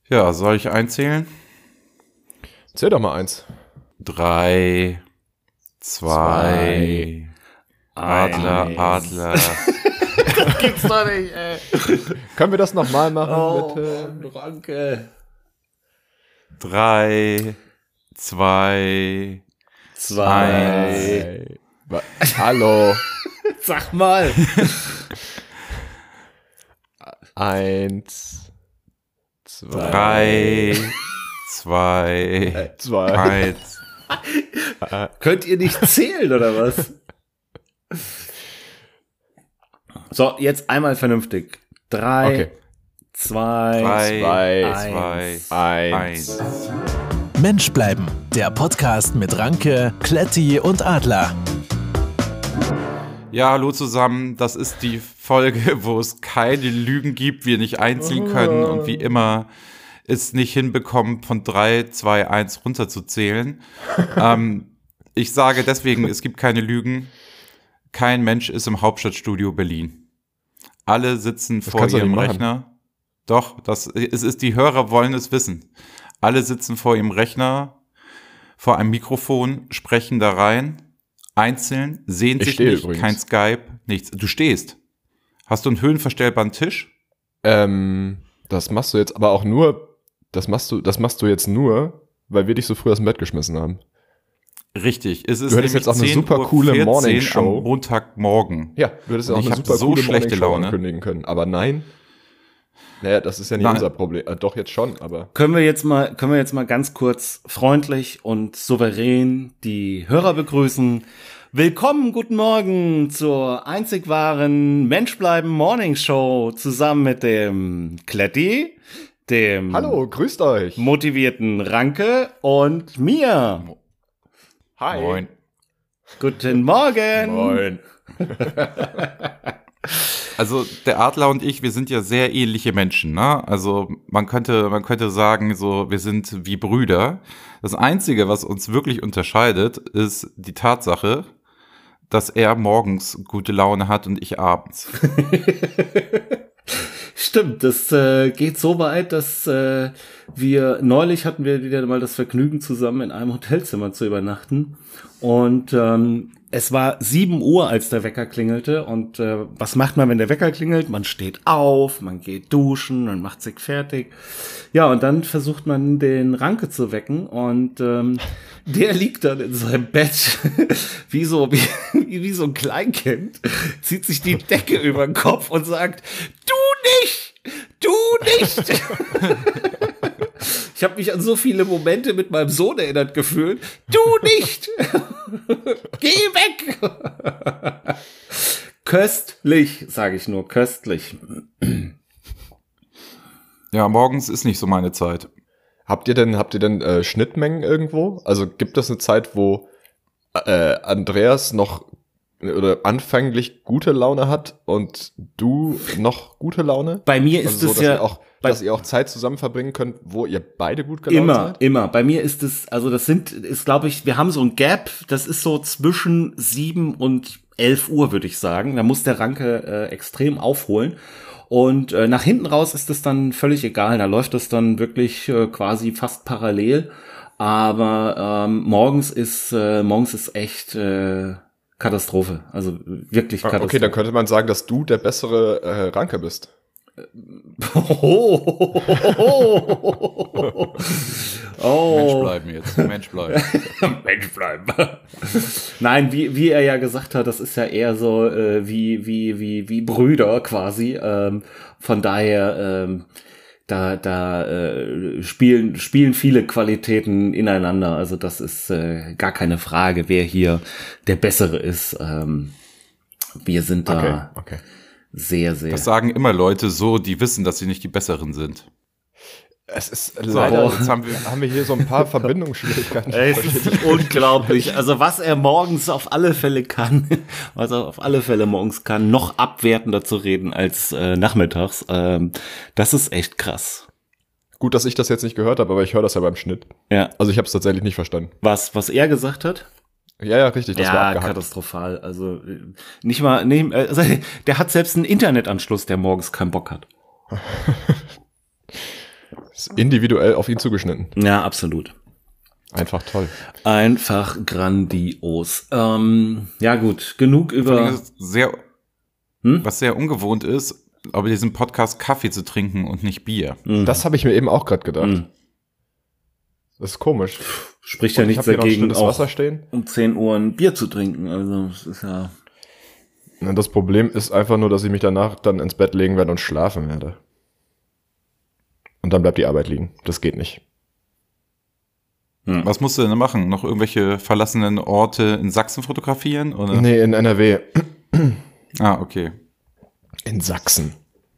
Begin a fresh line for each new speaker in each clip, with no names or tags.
Ja, soll ich einzählen?
Zähl doch mal 1.
3, 2, Adler,
Eins.
Adler.
Das gibt's doch nicht, ey.
Können wir das nochmal machen, bitte?
Ranke.
3, 2,
2.
Hallo.
Sag mal.
1, 2,
3, 2,
2.
1.
Könnt ihr nicht zählen, oder was? So, jetzt einmal vernünftig. 3,
Okay.
2,
3, 2,
1.
1.
Mensch bleiben, der Podcast mit Ranke, Kletti und Adler.
Ja, hallo zusammen. Das ist die Folge, wo es keine Lügen gibt, wir nicht einziehen können und wie immer es nicht hinbekommen, von 3, 2, 1 runterzuzählen. Ich sage deswegen, es gibt keine Lügen. Kein Mensch ist im Hauptstadtstudio Berlin. Alle sitzen vor
kannst du
ihrem
nicht machen.
Rechner. Doch, es ist, die Hörer wollen es wissen. Alle sitzen vor ihrem Rechner, vor einem Mikrofon, sprechen da rein, einzeln, sehen
Ich
sich
stehe
nicht,
übrigens.
kein Skype, nichts. Du stehst. Hast du einen höhenverstellbaren Tisch?
Das machst du jetzt aber auch nur, das machst du jetzt nur, weil wir dich so früh aus dem Bett geschmissen haben.
Richtig. Es ist
Du hättest
nämlich
jetzt auch eine
10:14
super coole
Uhr
Morningshow.
am Montagmorgen.
Ja, du hättest
Und
auch
ich
eine
hab
super
so
coole
schlechte
Morningshow
Laune.
ankündigen können. Aber nein. Naja, das ist ja nicht
Nein.
unser Problem. Doch, jetzt schon, aber.
Können wir jetzt mal ganz kurz freundlich und souverän die Hörer begrüßen. Willkommen, guten Morgen zur einzig wahren Mensch bleiben Morning Show zusammen mit dem Kletti, dem
Hallo, grüßt euch.
motivierten Ranke und mir.
Hi.
Moin.
Guten Morgen.
Moin.
Also der Adler und ich, wir sind ja sehr ähnliche Menschen, ne? Also man könnte sagen, so wir sind wie Brüder. Das Einzige, was uns wirklich unterscheidet, ist die Tatsache, dass er morgens gute Laune hat und ich abends.
Stimmt, das geht so weit, dass neulich hatten wir wieder mal das Vergnügen, zusammen in einem Hotelzimmer zu übernachten. Und es war 7 Uhr, als der Wecker klingelte. Und was macht man, wenn der Wecker klingelt? Man steht auf, man geht duschen, man macht sich fertig. Ja, und dann versucht man, den Ranke zu wecken. Und der liegt dann in seinem Bett wie so ein Kleinkind, zieht sich die Decke über den Kopf und sagt, du nicht! Du nicht! Ich habe mich an so viele Momente mit meinem Sohn erinnert gefühlt. Du nicht! Geh weg! Köstlich, sage ich nur, köstlich.
Ja, morgens ist nicht so meine Zeit.
Habt ihr denn Schnittmengen irgendwo? Also gibt es eine Zeit, wo Andreas noch oder anfänglich gute Laune hat und du noch gute Laune?
Bei mir ist
Also so,
es ja
dass ihr auch Zeit zusammen verbringen könnt, wo ihr beide gut gelaunt seid?
immer. Bei mir ist es, also glaube ich, wir haben so ein Gap, das ist so zwischen 7 und 11 Uhr, würde ich sagen. Da muss der Ranke extrem aufholen. Und nach hinten raus ist es dann völlig egal. Da läuft es dann wirklich quasi fast parallel. Aber morgens ist echt Katastrophe. Also wirklich Katastrophe.
Okay, dann könnte man sagen, dass du der bessere Ranke bist.
Oh.
Mensch bleiben jetzt, Mensch bleiben.
Mensch bleiben. Nein, wie er ja gesagt hat, das ist ja eher so wie Brüder quasi. Von daher spielen viele Qualitäten ineinander. Also das ist gar keine Frage, wer hier der Bessere ist. Wir sind da
Okay.
sehr, sehr.
Das sagen immer Leute so, die wissen, dass sie nicht die Besseren sind.
Es ist leider,
jetzt haben wir
hier so ein paar Verbindungsschwierigkeiten.
Es ist unglaublich. Also was er morgens auf alle Fälle kann, morgens kann, noch abwertender zu reden als nachmittags, das ist echt krass.
Gut, dass ich das jetzt nicht gehört habe, aber ich höre das ja beim Schnitt.
Ja.
Also ich habe es tatsächlich nicht verstanden.
Was er gesagt hat?
Ja, richtig, das war
Ja,
abgehakt.
katastrophal. Also also, der hat selbst einen Internetanschluss, der morgens keinen Bock hat.
Ist individuell auf ihn zugeschnitten.
Ja, absolut.
Einfach toll.
Einfach grandios. Ja gut, genug über...
Was sehr ungewohnt ist, aber diesen Podcast Kaffee zu trinken und nicht Bier.
Das habe ich mir eben auch gerade gedacht. Das ist komisch.
Spricht ja
Und ich
nichts
hab hier noch ein
dagegen,
stilles
auch
Wasser stehen.
um 10 Uhr ein Bier zu trinken. Also das ist ja...
Na, das Problem ist einfach nur, dass ich mich danach dann ins Bett legen werde und schlafen werde. Und dann bleibt die Arbeit liegen. Das geht nicht.
Was musst du denn machen? Noch irgendwelche verlassenen Orte in Sachsen fotografieren? Oder?
Nee, in NRW.
Ah, okay.
In Sachsen.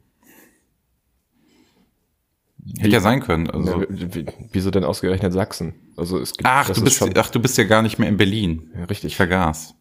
Hätte ja sein können. Also.
Ja, wieso denn ausgerechnet Sachsen? Also es gibt,
du bist ja gar nicht mehr in Berlin.
Ja, richtig.
Ich vergaß.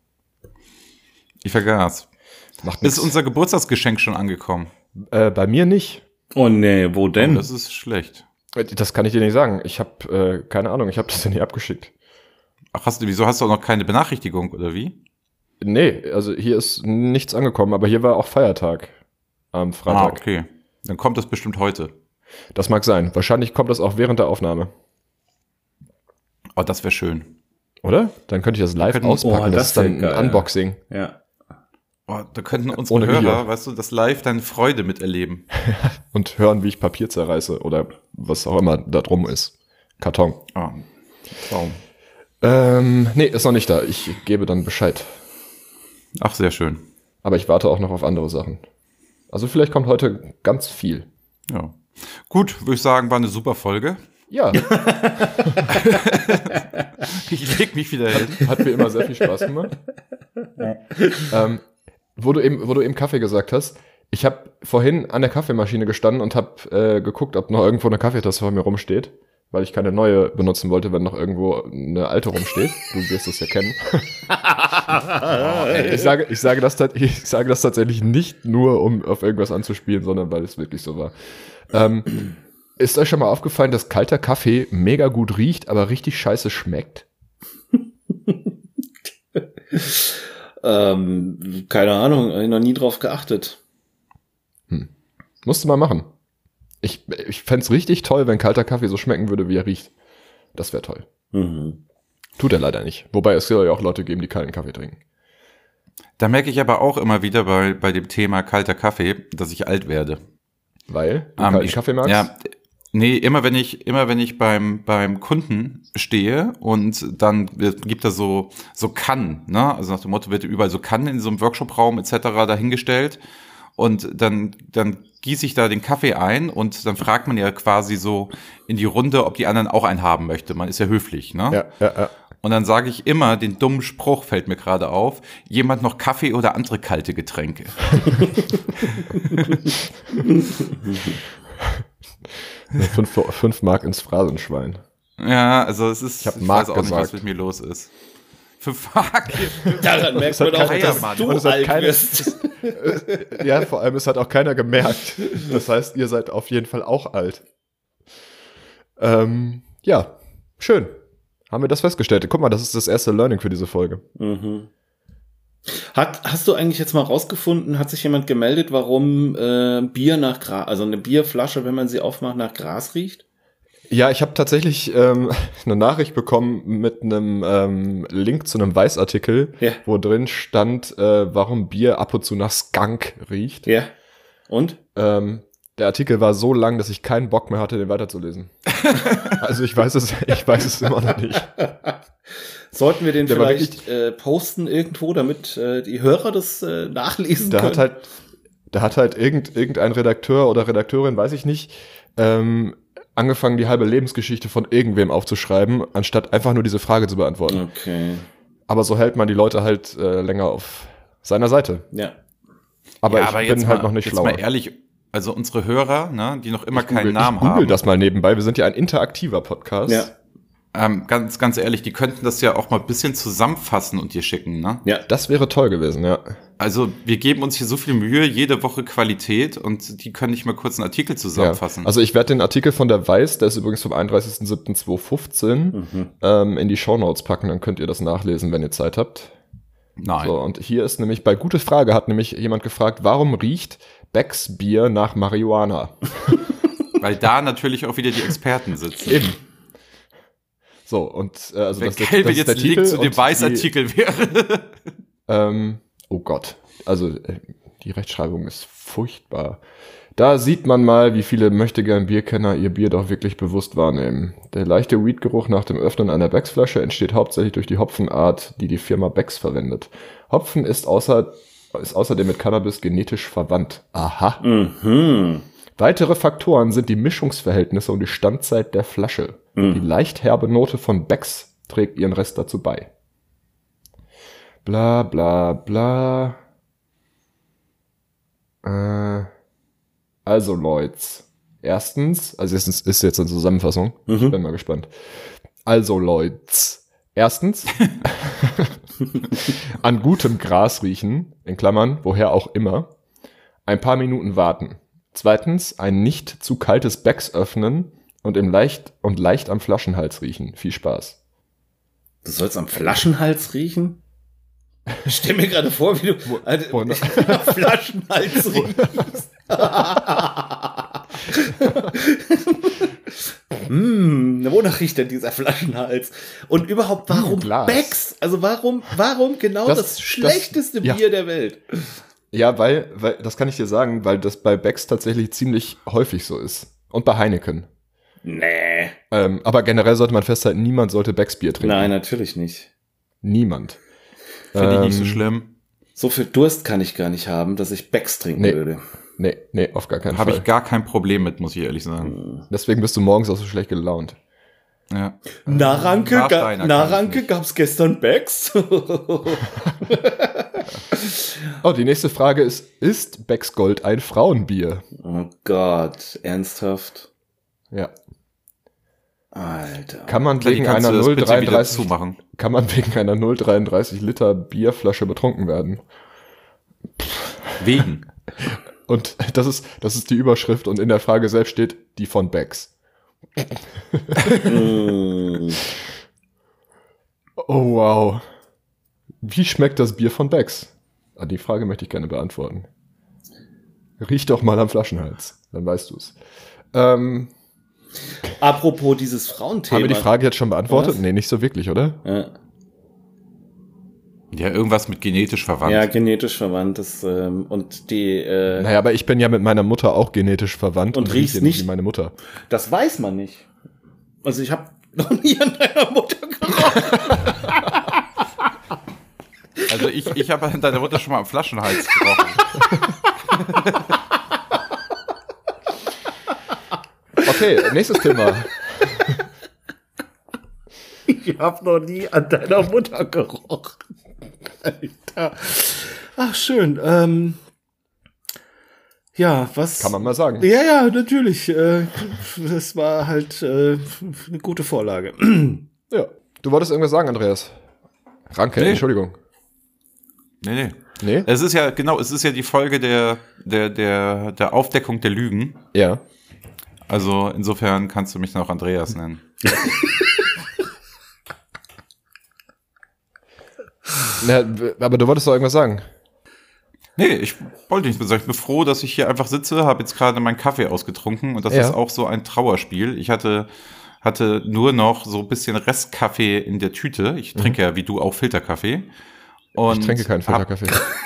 Macht
Ist
nix.
unser Geburtstagsgeschenk schon angekommen?
Bei mir nicht.
Oh nee, wo denn?
Das ist schlecht.
Das kann ich dir nicht sagen. Ich habe keine Ahnung, ich habe das ja nicht abgeschickt.
Ach, wieso hast du auch noch keine Benachrichtigung, oder wie?
Nee, also hier ist nichts angekommen, aber hier war auch Feiertag am Freitag.
Okay. Dann kommt das bestimmt heute.
Das mag sein. Wahrscheinlich kommt das auch während der Aufnahme.
Oh, das wäre schön.
Oder? Dann könnte ich das live auspacken. Das ist dann ein
geil.
Unboxing.
Ja.
Oh, da könnten unsere
Ohne
Hörer,
Video.
weißt du, das live deine Freude miterleben.
Und hören, wie ich Papier zerreiße oder was auch immer da drum ist. Karton.
Oh, Traum.
Nee, ist noch nicht da. Ich gebe dann Bescheid.
Ach, sehr schön.
Aber ich warte auch noch auf andere Sachen. Also vielleicht kommt heute ganz viel.
Ja. Gut, würde ich sagen, war eine super Folge.
Ja,
Ich leg mich wieder hin.
hat mir immer sehr viel Spaß gemacht. Wo du eben Kaffee gesagt hast, ich habe vorhin an der Kaffeemaschine gestanden und habe geguckt, ob noch irgendwo eine Kaffeetasse vor mir rumsteht, weil ich keine neue benutzen wollte, wenn noch irgendwo eine alte rumsteht. Du wirst es ja kennen. Ich sage das tatsächlich nicht nur, um auf irgendwas anzuspielen, sondern weil es wirklich so war. Ist euch schon mal aufgefallen, dass kalter Kaffee mega gut riecht, aber richtig scheiße schmeckt?
Keine Ahnung, hab ich noch nie drauf geachtet.
Musst du mal machen. Ich fänd's richtig toll, wenn kalter Kaffee so schmecken würde, wie er riecht. Das wäre toll. Tut er leider nicht. Wobei es soll ja auch Leute geben, die kalten Kaffee trinken.
Da merke ich aber auch immer wieder bei dem Thema kalter Kaffee, dass ich alt werde.
Weil du kalten Kaffee magst?
Ja, nee, immer wenn ich beim Kunden stehe und dann gibt er so Kannen, ne? Also nach dem Motto wird überall so Kannen in so einem Workshopraum etc. dahingestellt und dann gieße ich da den Kaffee ein und dann fragt man ja quasi so in die Runde, ob die anderen auch einen haben möchte. Man ist ja höflich, ne?
Ja.
Und dann sage ich immer den dummen Spruch, fällt mir gerade auf, jemand noch Kaffee oder andere kalte Getränke?
5 Mark ins Phrasenschwein.
Ja, also es ist,
Ich hab
ich
Mark
weiß auch nicht, was
gesagt.
mit mir los ist. 5 Mark?
Daran merkt man auch, dass du
Und es hat
alt
keine-
bist.
Ja, vor allem, es hat auch keiner gemerkt. Das heißt, ihr seid auf jeden Fall auch alt. Ja, schön. Haben wir das festgestellt. Guck mal, das ist das erste Learning für diese Folge.
Hast du eigentlich jetzt mal rausgefunden, hat sich jemand gemeldet, warum Bier nach Gras, also eine Bierflasche, wenn man sie aufmacht, nach Gras riecht?
Ja, ich habe tatsächlich eine Nachricht bekommen mit einem Link zu einem Weißartikel,
Ja.
wo drin stand, warum Bier ab und zu nach Skunk riecht.
Ja. Und?
Der Artikel war so lang, dass ich keinen Bock mehr hatte, den weiterzulesen. Also ich weiß es immer noch nicht.
Sollten wir den
Der war
vielleicht posten irgendwo, damit die Hörer das nachlesen
Da
können?
hat halt irgendein Redakteur oder Redakteurin, weiß ich nicht, angefangen, die halbe Lebensgeschichte von irgendwem aufzuschreiben, anstatt einfach nur diese Frage zu beantworten.
Okay.
Aber so hält man die Leute halt länger auf seiner Seite.
Ja.
Aber
Ja,
ich bin halt noch nicht
jetzt
schlauer.
mal ehrlich, also unsere Hörer, ne, die noch immer keinen
Ich
Namen
google
haben,
das mal nebenbei. Wir sind ja ein interaktiver Podcast.
Ja.
ganz ehrlich, die könnten das ja auch mal ein bisschen zusammenfassen und dir schicken, ne?
Ja.
Das wäre toll gewesen, ja.
Also wir geben uns hier so viel Mühe, jede Woche Qualität und die können nicht mal kurz einen Artikel zusammenfassen.
Ja. Also ich werde den Artikel von der Weiß, der ist übrigens vom 31.07.2015, in die Shownotes packen, dann könnt ihr das nachlesen, wenn ihr Zeit habt.
Nein.
So, und hier ist nämlich, bei Gute Frage hat nämlich jemand gefragt, warum riecht Becks Bier nach Marihuana?
Weil da natürlich auch wieder die Experten sitzen.
Eben. So, und also
Wenn
das
Kelvin
ist
jetzt
der
ein Link
Titel
zu dem
und
Weißartikel wäre.
oh Gott, also die Rechtschreibung ist furchtbar. Da sieht man mal, wie viele Möchtegern-Bierkenner ihr Bier doch wirklich bewusst wahrnehmen. Der leichte Weed-Geruch nach dem Öffnen einer Becks-Flasche entsteht hauptsächlich durch die Hopfenart, die die Firma Becks verwendet. Hopfen ist außerdem mit Cannabis genetisch verwandt. Aha. Weitere Faktoren sind die Mischungsverhältnisse und die Standzeit der Flasche. Die leicht herbe Note von Becks trägt ihren Rest dazu bei. Bla bla bla. Also Leute, erstens ist jetzt eine Zusammenfassung, ich bin mal gespannt. Also Leute, erstens, an gutem Gras riechen, in Klammern, woher auch immer, ein paar Minuten warten. Zweitens, ein nicht zu kaltes Becks öffnen und leicht am Flaschenhals riechen. Viel Spaß.
Du sollst am Flaschenhals riechen? Ich stell mir gerade vor, wie du am Flaschenhals riechst. Wonach riecht denn dieser Flaschenhals? Und überhaupt, warum Becks? Also warum genau das schlechteste Bier der Welt?
Ja, weil, das kann ich dir sagen, weil das bei Becks tatsächlich ziemlich häufig so ist. Und bei Heineken.
Nee.
Aber generell sollte man festhalten, niemand sollte Becks Bier trinken.
Nein, natürlich nicht.
Niemand.
Finde ich nicht so schlimm.
So viel Durst kann ich gar nicht haben, dass ich Becks trinken würde.
Nee, auf gar keinen Fall.
Habe ich gar kein Problem mit, muss ich ehrlich sagen.
Deswegen bist du morgens auch so schlecht gelaunt.
Ja.
Na, Ranke, gab's gestern Becks?
Oh, die nächste Frage ist Becks Gold ein Frauenbier?
Oh Gott, ernsthaft?
Ja.
Alter.
Kann man wegen einer 0,33 Liter Bierflasche betrunken werden?
Wegen.
Und das ist die Überschrift und in der Frage selbst steht die von Becks. Oh wow. Wie schmeckt das Bier von Becks? Die Frage möchte ich gerne beantworten. Riech doch mal am Flaschenhals, dann weißt du es.
Apropos dieses Frauenthema.
Haben wir die Frage jetzt schon beantwortet?
Was?
Nee, nicht so wirklich, oder?
Ja, irgendwas mit genetisch verwandt.
Ja, genetisch verwandt. Und die.
Naja, aber ich bin ja mit meiner Mutter auch genetisch verwandt
und riechst
rieche
nicht
wie meine Mutter.
Das weiß man nicht. Also ich habe noch nie an deiner Mutter gerochen.
Also ich habe an deiner Mutter schon mal am Flaschenhals gerochen.
Okay, nächstes Thema.
Ich habe noch nie an deiner Mutter gerochen. Alter. Ach, schön. Ja, was?
Kann man mal sagen.
Ja, natürlich. Das war halt eine gute Vorlage.
Ja. Du wolltest irgendwas sagen, Andreas? Ranke,
Nee.
Entschuldigung.
Nee.
Nee?
Es ist ja die Folge der Aufdeckung der Lügen.
Ja.
Also insofern kannst du mich noch Andreas nennen.
Na, aber du wolltest doch irgendwas sagen.
Nee, ich wollte nichts mehr sagen. Ich bin froh, dass ich hier einfach sitze, habe jetzt gerade meinen Kaffee ausgetrunken und das ist auch so ein Trauerspiel. Ich hatte nur noch so ein bisschen Restkaffee in der Tüte. Ich trinke ja wie du auch Filterkaffee. Und
Ich trinke keinen Filterkaffee.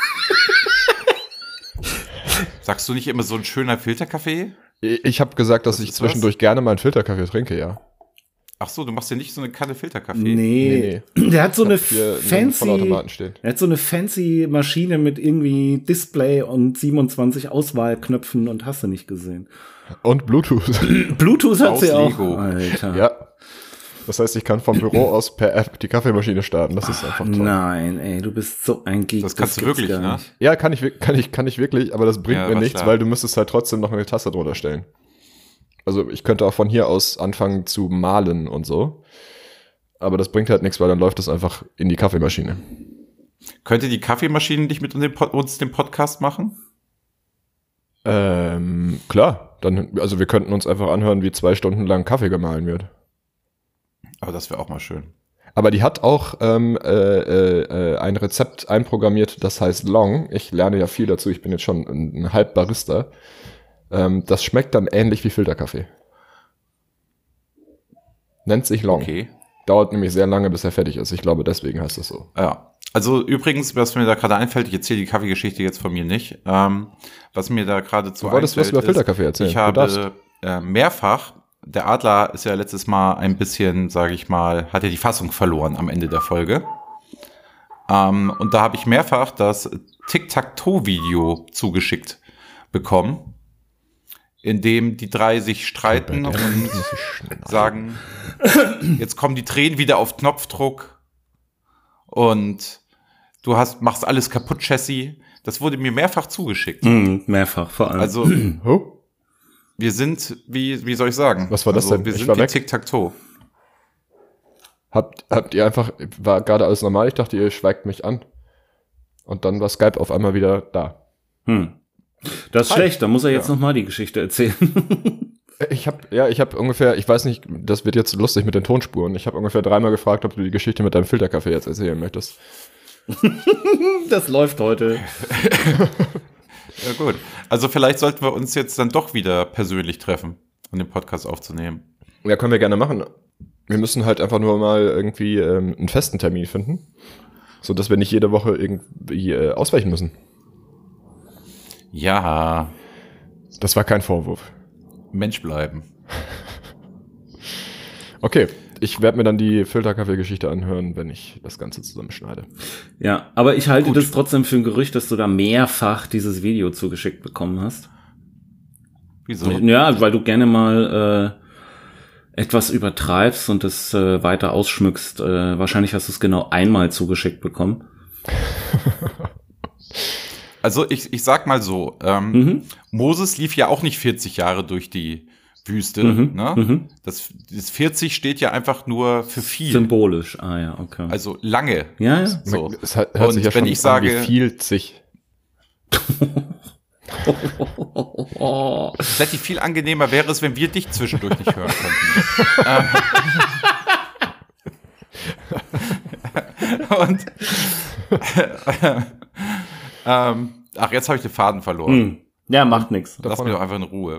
Sagst du nicht immer so ein schöner Filterkaffee?
Ich habe gesagt, dass ich zwischendurch gerne mal einen Filterkaffee trinke, ja.
Ach so, du machst ja nicht so eine Kanne Filterkaffee.
Nee. Der hat so eine
Hier einen Vollautomaten stehen.
Er hat so eine fancy Maschine mit irgendwie Display und 27 Auswahlknöpfen und hast du nicht gesehen.
Und Bluetooth.
Bluetooth hat
Aus
sie auch.
Lego.
Alter.
Ja. Das heißt, ich kann vom Büro aus per App die Kaffeemaschine starten. Das ist einfach toll.
Nein, ey, du bist so ein Geek.
Das kannst du
gibt's
wirklich,
gar
ne?
nicht.
Ja, kann ich wirklich, aber das bringt
Ja,
mir
war
nichts,
klar.
weil du müsstest halt trotzdem noch eine Tasse drunter stellen. Also ich könnte auch von hier aus anfangen zu malen und so. Aber das bringt halt nichts, weil dann läuft das einfach in die Kaffeemaschine.
Könnte die Kaffeemaschine nicht mit uns den Podcast machen?
Klar. Also wir könnten uns einfach anhören, wie 2 Stunden lang Kaffee gemahlen wird.
Aber das wäre auch mal schön.
Aber die hat auch ein Rezept einprogrammiert, das heißt Long. Ich lerne ja viel dazu, ich bin jetzt schon ein Halbbarista. Das schmeckt dann ähnlich wie Filterkaffee. Nennt sich Long.
Okay.
Dauert nämlich sehr lange, bis er fertig ist. Ich glaube, deswegen heißt es so.
Ja. Also übrigens, was mir da gerade einfällt, ich erzähle die Kaffeegeschichte jetzt von mir nicht. Was mir da gerade zu
Du wolltest was
einfällt,
über Filterkaffee erzählen.
ich habe mehrfach, der Adler ist ja letztes Mal ein bisschen, sage ich mal, hat ja die Fassung verloren am Ende der Folge. Und da habe ich mehrfach das Tic-Tac-Toe-Video zugeschickt bekommen, in dem die drei sich streiten und sagen, jetzt kommen die Tränen wieder auf Knopfdruck und du machst alles kaputt, Jessie. Das wurde mir mehrfach zugeschickt.
Mehrfach, vor allem.
Also, wir sind, wie soll ich sagen?
Was war das denn?
Wir
Ich
sind
war
wie
weg.
Tic-Tac-Toe.
Habt ihr einfach, war gerade alles normal? Ich dachte, ihr schweigt mich an. Und dann war Skype auf einmal wieder da.
Das ist schlecht, da muss er jetzt nochmal die Geschichte erzählen.
Ich habe ungefähr, ich weiß nicht, das wird jetzt lustig mit den Tonspuren. Ich habe ungefähr 3-mal gefragt, ob du die Geschichte mit deinem Filterkaffee jetzt erzählen möchtest.
Das läuft heute.
Ja gut. Also vielleicht sollten wir uns jetzt dann doch wieder persönlich treffen, um den Podcast aufzunehmen.
Ja, können wir gerne machen. Wir müssen halt einfach nur mal irgendwie einen festen Termin finden, sodass wir nicht jede Woche irgendwie ausweichen müssen.
Ja,
Das war kein Vorwurf.
Mensch bleiben.
Okay, ich werde mir dann die Filterkaffee-Geschichte anhören, wenn ich das Ganze zusammenschneide.
Ja, aber ich halte das trotzdem für ein Gerücht, dass du da mehrfach dieses Video zugeschickt bekommen hast.
Wieso?
Ja, weil du gerne mal etwas übertreibst und es weiter ausschmückst. Wahrscheinlich hast du es genau einmal zugeschickt bekommen.
Also ich sag mal so, Moses lief ja auch nicht 40 Jahre durch die Wüste. Ne? Das 40 steht ja einfach nur für viel.
Symbolisch, ja, okay.
Also lange.
Ja.
So.
Es hört
Und
sich ja
wenn
schon
ich sage,
an wie viel sich.
Vielleicht viel angenehmer wäre es, wenn wir dich zwischendurch nicht hören könnten. Ach, jetzt habe ich den Faden verloren.
Ja, macht nichts.
Lass mich doch einfach in Ruhe.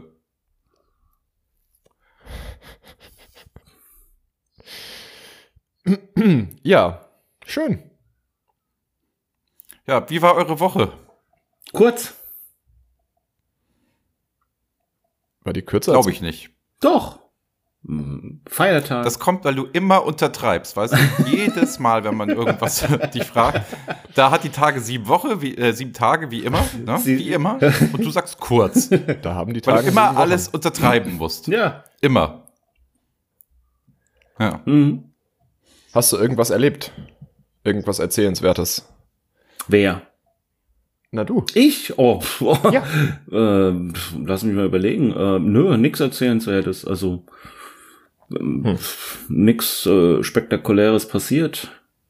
Ja, schön.
Ja, wie war eure Woche?
Kurz.
War die kürzer?
Glaube ich nicht.
Doch. Feiertag.
Das kommt, weil du immer untertreibst, weißt du? Jedes Mal, wenn man irgendwas dich fragt, da hat die Tage 7 Tage, wie immer, ne? Wie immer. Und du sagst kurz.
Da haben die
Weil
Tage
du immer
7 Wochen.
alles untertreiben musst.
Ja.
Immer. Ja.
Hast du irgendwas erlebt? Irgendwas Erzählenswertes?
Wer?
Na du.
Ich? Oh,
Ja.
Lass mich mal überlegen. Nö, nix Erzählenswertes. Also nix Spektakuläres passiert.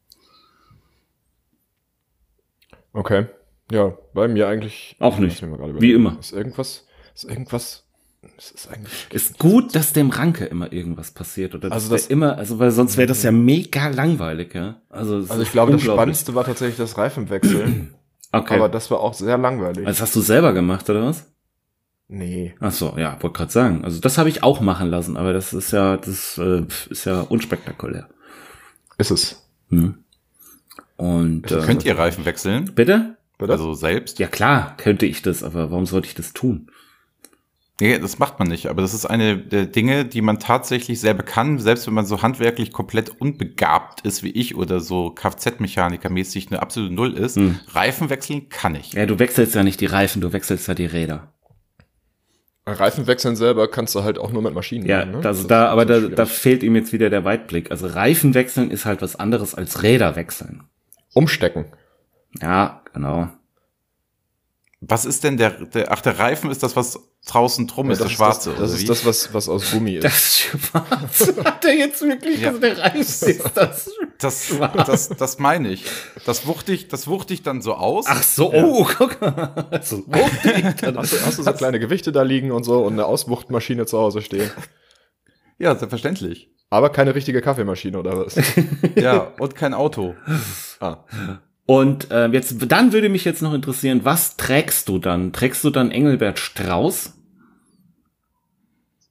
Okay. Ja, bei mir eigentlich
Auch nicht.
Lass mich mal gerade
Wie
überlegen.
immer.
Ist irgendwas. Es ist eigentlich.
Ist gut, dass dem Ranke immer irgendwas passiert. Oder
Also
das
das-
immer, also weil sonst wäre das ja mega langweilig, ja. Also
Ich glaube, das Spannendste war tatsächlich das Reifenwechseln.
Okay.
Aber das war auch sehr langweilig.
Das hast du selber gemacht, oder was?
Nee.
Ach so, ja, wollte gerade sagen. Also das habe ich auch machen lassen, aber das ist ja unspektakulär.
Ist es.
Und
Könnt ihr Reifen wechseln?
bitte?
Bitte?
Also selbst?
Ja klar, könnte ich das, aber warum sollte ich das tun?
Nee, das macht man nicht. Aber das ist eine der Dinge, die man tatsächlich selber kann, selbst wenn man so handwerklich komplett unbegabt ist wie ich oder so Kfz-Mechaniker-mäßig eine absolute Null ist. Reifen wechseln kann ich.
Ja, du wechselst ja nicht die Reifen, du wechselst ja die Räder.
Reifenwechseln selber kannst du halt auch nur mit Maschinen
Ja,
machen, ne?
also
Das ist
da
schwierig.
fehlt ihm jetzt wieder der Weitblick. Also Reifen wechseln ist halt was anderes als Räder wechseln.
Umstecken.
Ja, genau.
Was ist denn der Reifen ist das, was draußen drum ist, das Schwarze,
Das
oder
ist
wie?
das, was aus Gummi ist.
Das Schwarz. Hat er jetzt wirklich,
Ja.
also der Reifen ist das Schwarz.
Das meine ich. Das wuchte ich dann so aus.
Ach so, oh, guck mal. Also,
Hast du so kleine Gewichte da liegen und so und eine Auswuchtmaschine zu Hause stehen.
Ja, selbstverständlich.
Aber keine richtige Kaffeemaschine oder was?
Ja, und kein Auto.
Und dann würde mich jetzt noch interessieren, was trägst du dann? Trägst du dann Engelbert Strauß?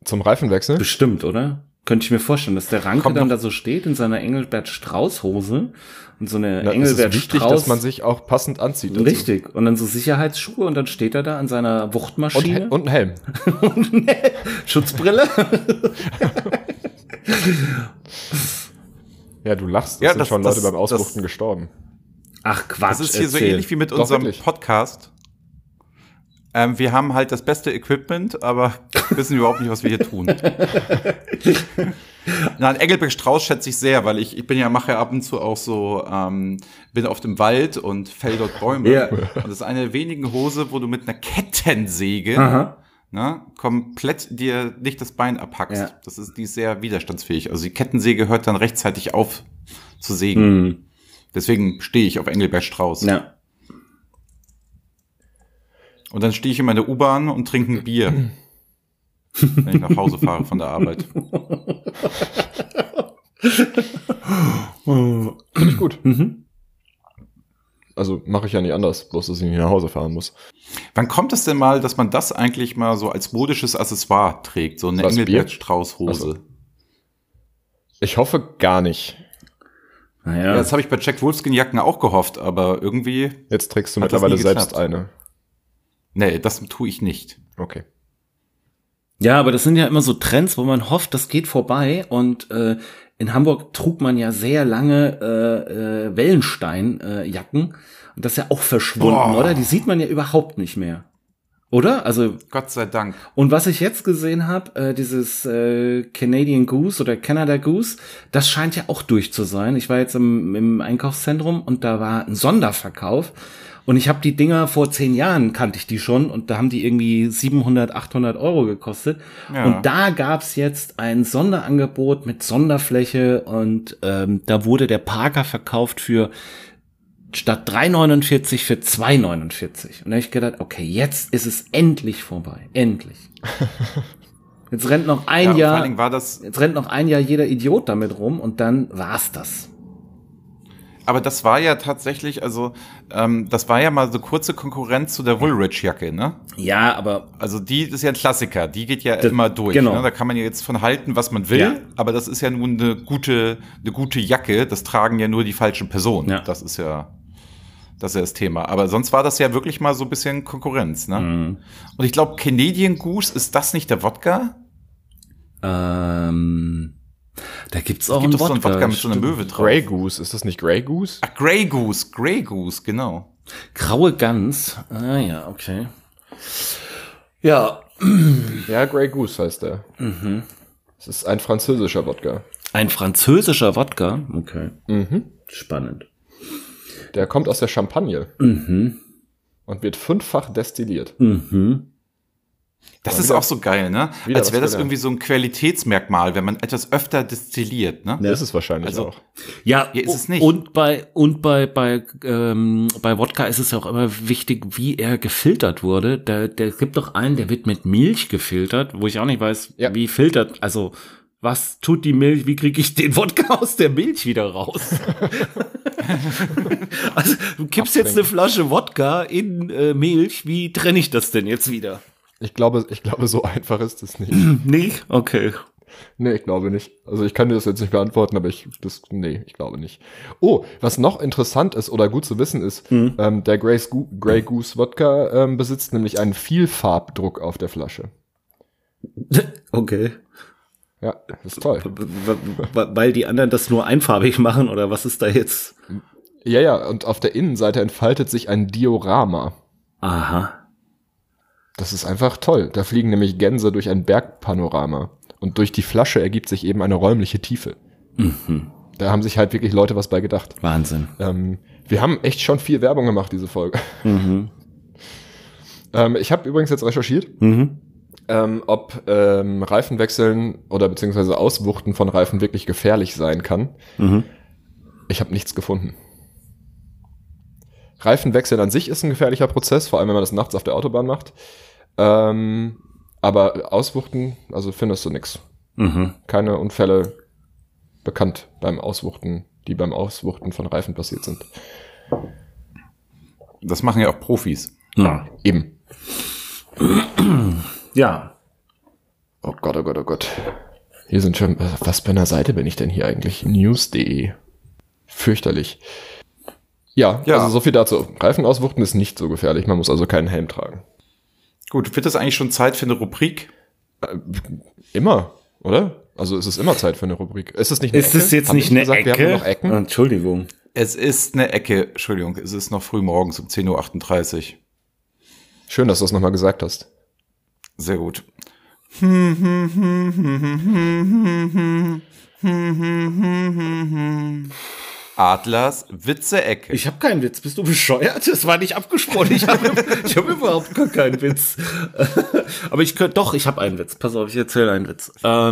Zum Reifenwechsel?
Bestimmt, oder? Könnte ich mir vorstellen, dass der Ranke dann da so steht in seiner Engelbert-Strauß-Hose und so eine
Engelbert-Strauß. Es ist wichtig, dass man sich auch passend anzieht. Dazu.
Richtig. Und dann so Sicherheitsschuhe und dann steht er da an seiner Wuchtmaschine.
Und ein Helm.
Schutzbrille.
Ja, du lachst. Es sind schon Leute beim Auswuchten gestorben.
Ach Quatsch.
Das ist hier so ähnlich wie mit unserem Podcast. Wir haben halt das beste Equipment, aber wissen überhaupt nicht, was wir hier tun. Nein, Engelbert-Strauß schätze ich sehr, weil ich mache ja ab und zu auch so, bin auf dem Wald und fäll dort Bäume. Ja. Und das ist eine der wenigen Hose, wo du mit einer Kettensäge komplett dir nicht das Bein abhackst. Ja. Die ist sehr widerstandsfähig. Also die Kettensäge hört dann rechtzeitig auf zu sägen. Mhm. Deswegen stehe ich auf Engelbert-Strauß. Ja. Und dann stehe ich in meiner U-Bahn und trinke ein Bier, wenn ich nach Hause fahre von der Arbeit.
Finde ich gut. Mhm. Also mache ich ja nicht anders, bloß dass ich nicht nach Hause fahren muss.
Wann kommt es denn mal, dass man das eigentlich mal so als modisches Accessoire trägt? So eine Engelbert-Strauß-Hose?
Also, ich hoffe gar nicht.
Naja. Ja, das habe ich bei Jack Wolfskin-Jacken auch gehofft, aber irgendwie...
Jetzt trägst du mittlerweile selbst eine.
Nee, das tue ich nicht.
Okay.
Ja, aber das sind ja immer so Trends, wo man hofft, das geht vorbei. Und in Hamburg trug man ja sehr lange Wellenstein-Jacken. Und das ist ja auch verschwunden, oder? Die sieht man ja überhaupt nicht mehr. Oder? Also
Gott sei Dank.
Und was ich jetzt gesehen habe, dieses Canadian Goose oder Canada Goose, das scheint ja auch durch zu sein. Ich war jetzt im Einkaufszentrum und da war ein Sonderverkauf. Und ich habe die Dinger vor 10 Jahren, kannte ich die schon, und da haben die irgendwie 700, 800 Euro gekostet. Ja. Und da gab's jetzt ein Sonderangebot mit Sonderfläche und da wurde der Parker verkauft für statt 3,49 für 2,49. Und da habe ich gedacht, okay, jetzt ist es endlich vorbei. Endlich. Jetzt rennt noch ein Jahr. Vor allen Dingen jetzt rennt noch ein Jahr jeder Idiot damit rum und dann war's das.
Aber das war ja tatsächlich, also das war ja mal so kurze Konkurrenz zu der Woolrich-Jacke, ne?
Ja, aber...
Also die ist ja ein Klassiker, die geht ja immer durch. Genau. Ne? Da kann man ja jetzt von halten, was man will, aber das ist ja nun eine gute Jacke, das tragen ja nur die falschen Personen. Ja. Das ist ja das Thema. Aber sonst war das ja wirklich mal so ein bisschen Konkurrenz, ne? Mhm. Und ich glaube, Canadian Goose, ist das nicht der Wodka?
Da gibt's auch einen Wodka.
So einen Wodka mit so einer Möwe drauf.
Grey Goose, ist das nicht Grey Goose?
Ach, Grey Goose, genau.
Graue Gans. Ah ja, okay. Ja.
Ja, Grey Goose heißt der. Mhm. Es ist ein französischer Wodka.
Ein französischer Wodka? Okay. Mhm. Spannend.
Der kommt aus der Champagne. Mhm. Und wird 5-fach destilliert. Mhm.
Das ist auch so geil, ne? Als wäre das irgendwie so ein Qualitätsmerkmal, wenn man etwas öfter destilliert, ne?
Ja, ist es wahrscheinlich auch.
Ja, ist es nicht. Und bei Wodka ist es ja auch immer wichtig, wie er gefiltert wurde. Der gibt doch einen, der wird mit Milch gefiltert, wo ich auch nicht weiß, wie filtert, also was tut die Milch, wie kriege ich den Wodka aus der Milch wieder raus? Also du kippst jetzt eine Flasche Wodka in Milch, wie trenne ich das denn jetzt wieder?
Ich glaube, so einfach ist es nicht.
Nicht? Okay.
Nee, ich glaube nicht. Also ich kann dir das jetzt nicht beantworten, aber ich glaube nicht. Oh, was noch interessant ist oder gut zu wissen ist, der Grey Goose Wodka besitzt nämlich einen Vielfarbdruck auf der Flasche.
Okay.
Ja, das ist toll.
Weil die anderen das nur einfarbig machen, oder was ist da jetzt?
Ja, und auf der Innenseite entfaltet sich ein Diorama.
Aha.
Das ist einfach toll. Da fliegen nämlich Gänse durch ein Bergpanorama. Und durch die Flasche ergibt sich eben eine räumliche Tiefe. Mhm. Da haben sich halt wirklich Leute was bei gedacht.
Wahnsinn.
Wir haben echt schon viel Werbung gemacht, diese Folge. Mhm. Ich habe übrigens jetzt recherchiert, ob Reifenwechseln oder beziehungsweise Auswuchten von Reifen wirklich gefährlich sein kann. Mhm. Ich habe nichts gefunden. Reifenwechseln an sich ist ein gefährlicher Prozess, vor allem wenn man das nachts auf der Autobahn macht. Aber Auswuchten, also findest du nix. Mhm. Keine Unfälle bekannt die beim Auswuchten von Reifen passiert sind.
Das machen ja auch Profis.
Ja,
eben.
Ja.
Oh Gott, oh Gott, oh Gott. Hier sind schon, was bei einer Seite bin ich denn hier eigentlich? News.de. Fürchterlich. Ja, also so viel dazu. Reifen auswuchten ist nicht so gefährlich, man muss also keinen Helm tragen.
Gut, wird das eigentlich schon Zeit für eine Rubrik?
Immer, oder? Also es ist immer Zeit für eine Rubrik. Ist es nicht eine
Ist
Ecke?
es jetzt
Haben
nicht
wir
eine
gesagt,
Ecke?
Wir haben noch Ecken?
Entschuldigung.
Es ist eine Ecke, Entschuldigung, es ist noch früh morgens um 10:38 Uhr.
Schön, dass du das nochmal gesagt hast.
Sehr gut. Adlers Witze-Ecke.
Ich habe keinen Witz. Bist du bescheuert? Das war nicht abgesprochen. Ich hab überhaupt gar keinen Witz. Aber ich habe einen Witz. Pass auf, ich erzähle einen Witz.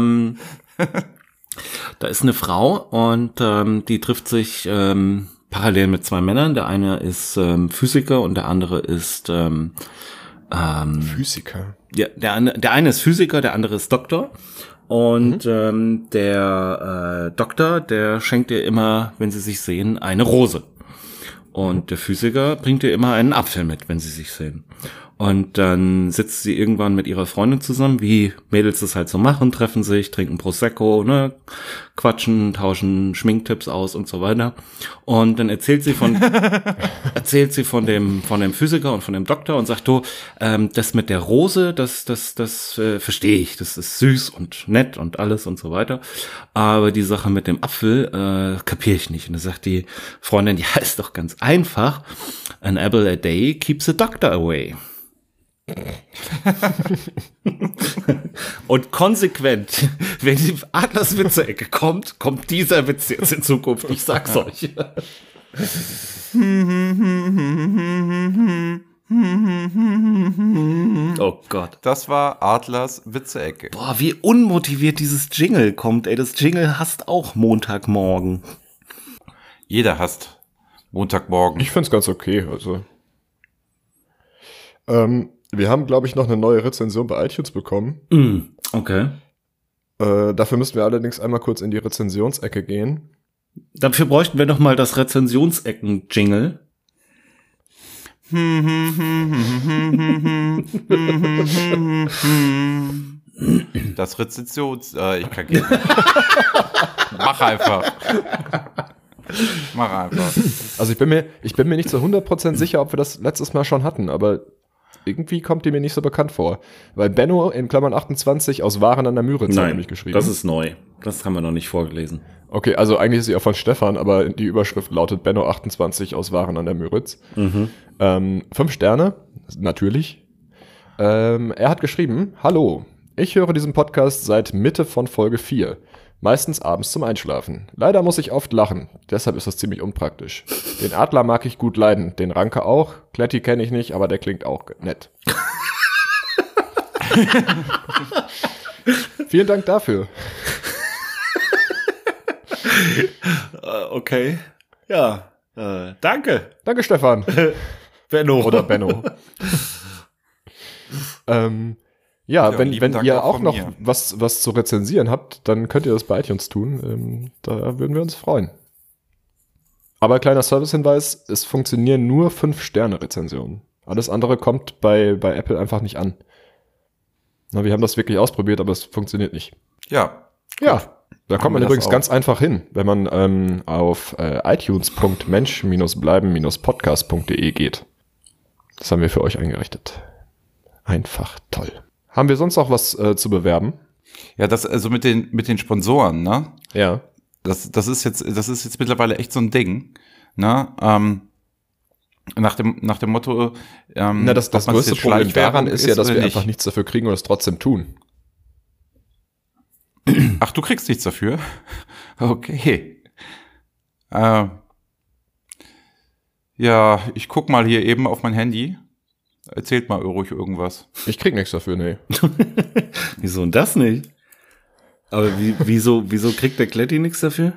Da ist eine Frau und die trifft sich parallel mit zwei Männern. Der eine ist Physiker und der andere ist
Physiker.
ja, der eine ist Physiker, der andere ist Doktor. Und der Doktor, der schenkt ihr immer, wenn sie sich sehen, eine Rose. Und der Physiker bringt ihr immer einen Apfel mit, wenn sie sich sehen. Und dann sitzt sie irgendwann mit ihrer Freundin zusammen, wie Mädels das halt so machen, treffen sich, trinken Prosecco, ne, quatschen, tauschen Schminktipps aus und so weiter. Und dann erzählt sie von dem Physiker und von dem Doktor und sagt, du, das mit der Rose, das verstehe ich, das ist süß und nett und alles und so weiter. Aber die Sache mit dem Apfel kapiere ich nicht. Und dann sagt die Freundin, ja, ist doch ganz einfach. An apple a day keeps the doctor away. Und konsequent, wenn die Adlers Witze-Ecke kommt dieser Witz jetzt in Zukunft. Ich sag's euch. Oh Gott.
Das war Adlers Witze-Ecke.
Boah, wie unmotiviert dieses Jingle kommt, ey. Das Jingle hasst auch Montagmorgen.
Jeder hasst Montagmorgen.
Ich find's ganz okay, also. Wir haben, glaube ich, noch eine neue Rezension bei iTunes bekommen.
Okay.
Dafür müssten wir allerdings einmal kurz in die Rezensionsecke gehen.
Dafür bräuchten wir noch mal das Rezensionsecken-Jingle.
Das Rezensions... ich kann gehen. Mach einfach.
Also ich bin mir nicht zu 100% sicher, ob wir das letztes Mal schon hatten, aber irgendwie kommt die mir nicht so bekannt vor. Weil Benno in Klammern 28 aus Waren an der Müritz hat nämlich geschrieben.
Das ist neu. Das haben wir noch nicht vorgelesen.
Okay, also eigentlich ist sie auch von Stefan, aber die Überschrift lautet Benno 28 aus Waren an der Müritz. 5 Sterne, natürlich. Er hat geschrieben, hallo, ich höre diesen Podcast seit Mitte von Folge 4. Meistens abends zum Einschlafen. Leider muss ich oft lachen, deshalb ist das ziemlich unpraktisch. Den Adler mag ich gut leiden, den Ranke auch. Kletti kenne ich nicht, aber der klingt auch nett. Vielen Dank dafür.
Okay. Ja, danke.
Danke, Stefan.
Benno.
Oder Benno. Ja, wenn
Dank
ihr
auch
auch
von
noch
mir.
was zu rezensieren habt, dann könnt ihr das bei iTunes tun. Da würden wir uns freuen. Aber kleiner Servicehinweis, es funktionieren nur 5-Sterne-Rezensionen. Alles andere kommt bei Apple einfach nicht an. Na, wir haben das wirklich ausprobiert, aber es funktioniert nicht.
Ja.
Ja, da kommt man
wir das
übrigens
auch.
ganz einfach hin, wenn man auf itunes.mensch-bleiben-podcast.de geht. Das haben wir für euch eingerichtet. Einfach toll. Haben wir sonst noch was zu bewerben?
Ja, das, also mit den Sponsoren, ne?
Ja.
Das ist jetzt mittlerweile echt so ein Ding, ne? Nach dem Motto,
Na, das
ob man's
größte
jetzt
Problem
Schleichwerbung
daran ist ja, dass
oder
wir
nicht.
einfach nichts dafür kriegen und es trotzdem tun.
Ach, du kriegst nichts dafür? Okay. Ja, ich guck mal hier eben auf mein Handy. Erzählt mal ruhig irgendwas.
Ich krieg nichts dafür, nee.
Wieso denn das nicht? Aber wieso kriegt der Kletti nichts dafür?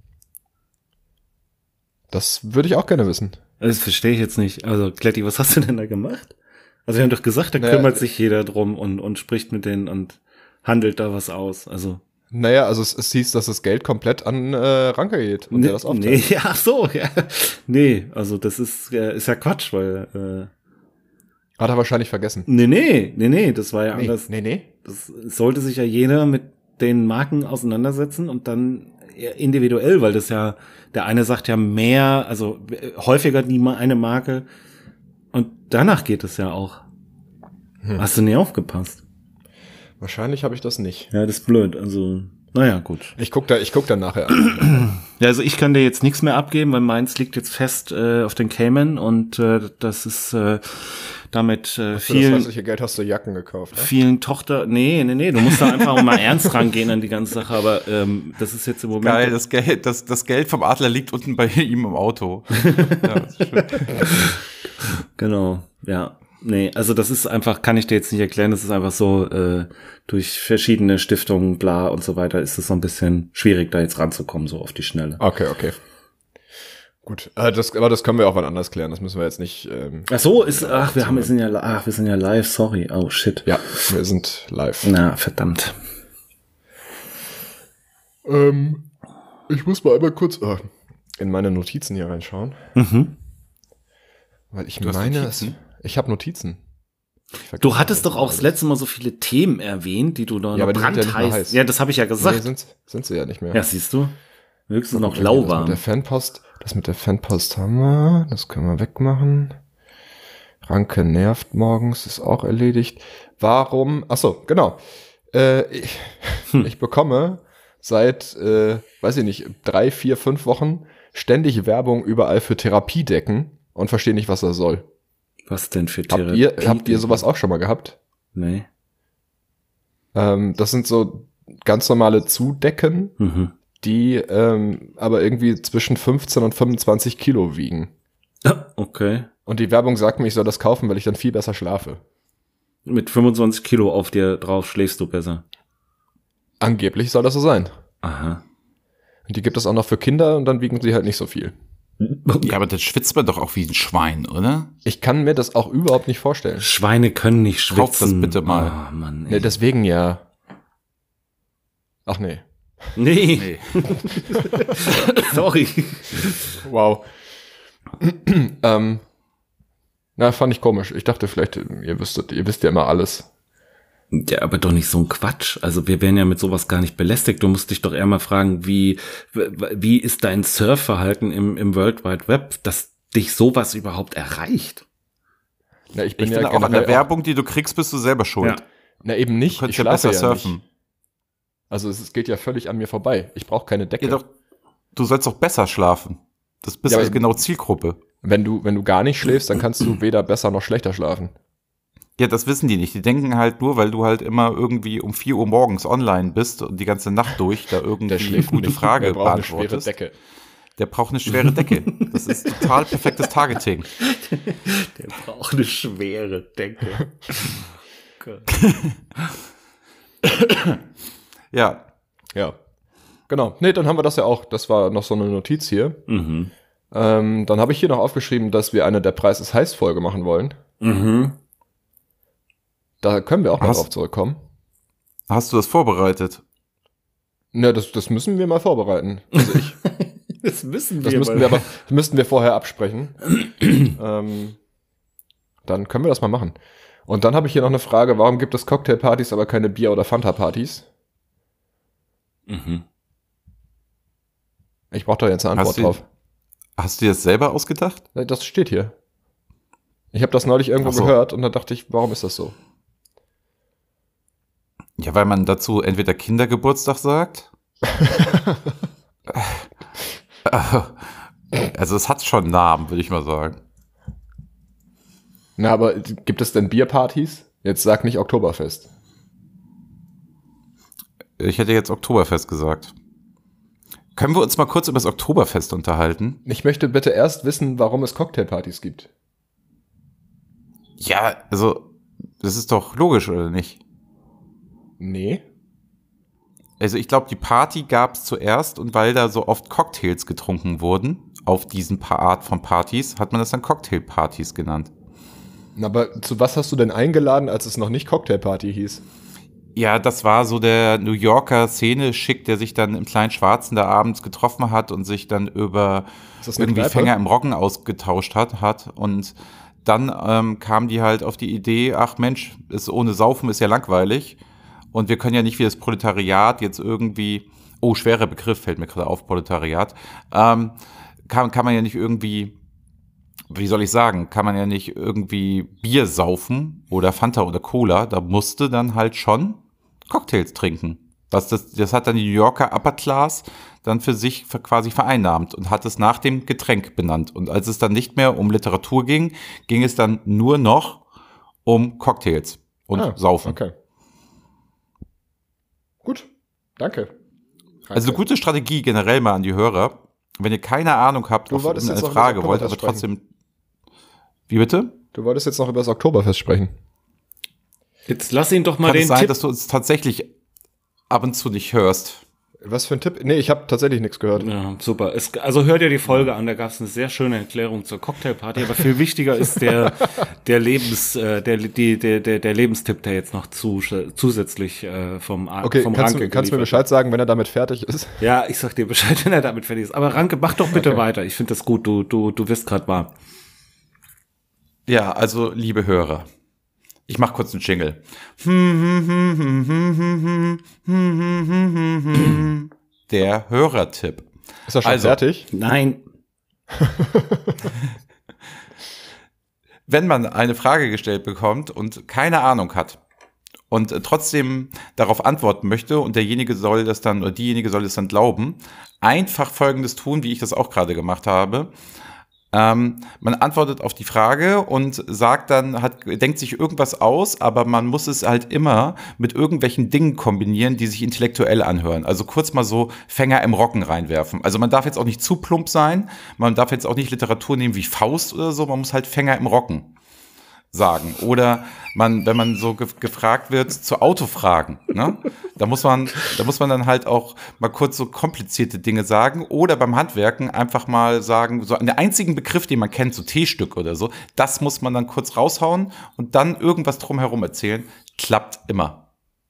Das würde ich auch gerne wissen.
Das verstehe ich jetzt nicht. Also, Kletti, was hast du denn da gemacht? Also, wir haben doch gesagt, da
Naja,
kümmert sich jeder drum und spricht mit denen und handelt da was aus. Also.
Naja, also es hieß, dass das Geld komplett an Ranke geht und der das aufteilt.
Nee, ach so, ja. Nee, also das ist ja Quatsch, weil
Hat er wahrscheinlich vergessen.
nee, das war ja
Nee,
anders.
nee.
das sollte sich ja jeder mit den Marken auseinandersetzen und dann individuell, weil das ja, der eine sagt ja mehr, also häufiger die eine Marke und danach geht es ja auch. Hast du nie aufgepasst?
Wahrscheinlich habe ich das nicht.
Ja, das ist blöd, also, naja, gut.
Ich guck da nachher an.
Ja, also ich kann dir jetzt nichts mehr abgeben, weil meins liegt jetzt fest auf den Cayman und das ist damit
Für das
vielen
restliche Geld hast du Jacken gekauft, ne?
vielen Tochter. Nee, du musst da einfach mal ernst rangehen an die ganze Sache, aber das ist jetzt im Moment.
Geil, das Geld vom Adler liegt unten bei ihm im Auto. Ja, das ist schön.
Genau, ja. Nee, also das ist einfach, kann ich dir jetzt nicht erklären, das ist einfach so, durch verschiedene Stiftungen, bla und so weiter, ist es so ein bisschen schwierig, da jetzt ranzukommen, so auf die Schnelle.
Okay. Gut, aber das können wir auch wann anders klären, das müssen wir jetzt nicht.
Ach so, wir sind ja live, sorry, oh shit.
Ja, wir sind live.
Na, verdammt.
Ich muss mal einmal kurz in meine Notizen hier reinschauen. Weil ich meine, ich habe Notizen.
Du hattest doch auch das letzte Mal so viele Themen erwähnt, die du da noch
brandheiß.
Ja, das habe ich ja gesagt.
Nee, sind sie ja nicht mehr.
Ja, siehst du? Höchstens noch lauwarm.
Das mit der Fanpost haben wir. Das können wir wegmachen. Ranke nervt morgens, ist auch erledigt. Warum? Achso, genau. Ich bekomme seit, weiß ich nicht, 3, 4, 5 Wochen ständig Werbung überall für Therapiedecken und verstehe nicht, was das soll.
Was denn für Therapie?
Habt ihr sowas auch schon mal gehabt?
Nee.
Das sind so ganz normale Zudecken, die aber irgendwie zwischen 15 und 25 Kilo wiegen.
Okay.
Und die Werbung sagt mir, ich soll das kaufen, weil ich dann viel besser schlafe.
Mit 25 Kilo auf dir drauf schläfst du besser.
Angeblich soll das so sein.
Aha.
Und die gibt es auch noch für Kinder und dann wiegen sie halt nicht so viel.
Ja, aber das schwitzt man doch auch wie ein Schwein, oder?
Ich kann mir das auch überhaupt nicht vorstellen.
Schweine können nicht schwitzen.
Kauf das bitte mal.
Ah, Mann, ey.
Nee, deswegen ja. Ach nee.
Nee. Sorry.
Wow. Fand ich komisch. Ich dachte vielleicht, ihr wisst ja immer alles.
Ja, aber doch nicht so ein Quatsch. Also wir werden ja mit sowas gar nicht belästigt. Du musst dich doch eher mal fragen, wie ist dein Surfverhalten im World Wide Web, dass dich sowas überhaupt erreicht?
Na,
Ich finde auch an der Werbung, die du kriegst, bist du selber schuld.
Ja.
Na eben nicht.
Du könntest
Ich
ja besser
schlafe
surfen.
nicht. Also es geht ja völlig an mir vorbei. Ich brauche keine Decke.
Ja, doch, du sollst doch besser schlafen. Das bist
Ja,
also
aber-
genau Zielgruppe.
Wenn du gar nicht schläfst, dann kannst du weder besser noch schlechter schlafen.
Ja, das wissen die nicht. Die denken halt nur, weil du halt immer irgendwie um 4 Uhr morgens online bist und die ganze Nacht durch da irgendwie eine gute Frage
Der braucht eine schwere
beantwortest.
Decke.
Der braucht eine schwere Decke. Das ist total perfektes Targeting.
Der braucht eine schwere Decke.
Ja.
Ja. Genau. Nee, dann haben wir das ja auch. Das war noch so eine Notiz hier. Dann habe ich hier noch aufgeschrieben, dass wir eine Der Preis ist heiß Folge machen wollen. Da können wir auch mal drauf zurückkommen.
Hast du das vorbereitet?
Ne, das müssen wir mal vorbereiten. Also
Das müssen
das müssten wir vorher absprechen. Dann können wir das mal machen. Und dann habe ich hier noch eine Frage, warum gibt es Cocktailpartys, aber keine Bier- oder Fanta-Partys? Ich brauche da jetzt eine Antwort drauf.
Hast du dir das selber ausgedacht?
Ne, das steht hier. Ich habe das neulich irgendwo
Ach so.
gehört und dann dachte ich, warum ist das so?
Ja, weil man dazu entweder Kindergeburtstag sagt. Also es hat schon einen Namen, würde ich mal sagen.
Na, aber gibt es denn Bierpartys? Jetzt sag nicht Oktoberfest.
Ich hätte jetzt Oktoberfest gesagt. Können wir uns mal kurz über das Oktoberfest unterhalten?
Ich möchte bitte erst wissen, warum es Cocktailpartys gibt.
Ja, also, das ist doch logisch, oder nicht?
Nee.
Also ich glaube, die Party gab es zuerst und weil da so oft Cocktails getrunken wurden, auf diesen Art von Partys, hat man das dann Cocktailpartys genannt.
Aber zu was hast du denn eingeladen, als es noch nicht Cocktailparty hieß?
Ja, das war so der New Yorker Szene-Schick, der sich dann im kleinen Schwarzen da abends getroffen hat und sich dann über
Ist das eine
irgendwie
Kneipe?
Fänger im Roggen ausgetauscht hat. Und dann kamen die halt auf die Idee, ach Mensch, ohne Saufen ist ja langweilig. Und wir können ja nicht wie das Proletariat jetzt irgendwie, schwerer Begriff fällt mir gerade auf, Proletariat, kann man ja nicht irgendwie, wie soll ich sagen, kann man ja nicht irgendwie Bier saufen oder Fanta oder Cola, da musste dann halt schon Cocktails trinken. Das hat dann die New Yorker Upper Class dann für sich quasi vereinnahmt und hat es nach dem Getränk benannt. Und als es dann nicht mehr um Literatur ging, ging es dann nur noch um Cocktails und Saufen.
Okay. Gut, danke.
Also eine gute Strategie generell mal an die Hörer. Wenn ihr keine Ahnung habt,
Du wolltest
eine
jetzt noch
Frage
über das
wollt, aber
Oktoberfest
trotzdem. Wie bitte?
Du wolltest jetzt noch über das Oktoberfest sprechen.
Jetzt lass ihn doch mal
Kann
den
es sein,
Tipp.
dass du uns tatsächlich ab und zu nicht hörst?
Was für ein Tipp? Nee, ich habe tatsächlich nichts gehört.
Ja, super. Also hört ihr die Folge an, da gab es eine sehr schöne Erklärung zur Cocktailparty, aber viel wichtiger ist der Lebenstipp, der jetzt noch zusätzlich vom
Okay,
Ranke
kannst du mir Bescheid sagen, wenn er damit fertig ist?
Ja, ich sag dir Bescheid, wenn er damit fertig ist. Aber Ranke, mach doch bitte weiter. Ich finde das gut. Du wirst gerade warm.
Ja, also liebe Hörer, ich mach kurz einen Jingle. Der Hörertipp.
Ist er schon
Also,
fertig?
Nein.
Wenn man eine Frage gestellt bekommt und keine Ahnung hat und trotzdem darauf antworten möchte und derjenige soll das dann oder diejenige soll das dann glauben, einfach Folgendes tun, wie ich das auch gerade gemacht habe. Man antwortet auf die Frage und sagt dann, denkt sich irgendwas aus, aber man muss es halt immer mit irgendwelchen Dingen kombinieren, die sich intellektuell anhören. Also kurz mal so Fänger im Rocken reinwerfen. Also man darf jetzt auch nicht zu plump sein, man darf jetzt auch nicht Literatur nehmen wie Faust oder so, man muss halt Fänger im Rocken sagen. Oder wenn man so gefragt wird, zu Autofragen, ne? Da muss man dann halt auch mal kurz so komplizierte Dinge sagen. Oder beim Handwerken einfach mal sagen, so einen einzigen Begriff, den man kennt, so T-Stück oder so, das muss man dann kurz raushauen und dann irgendwas drumherum erzählen. Klappt immer.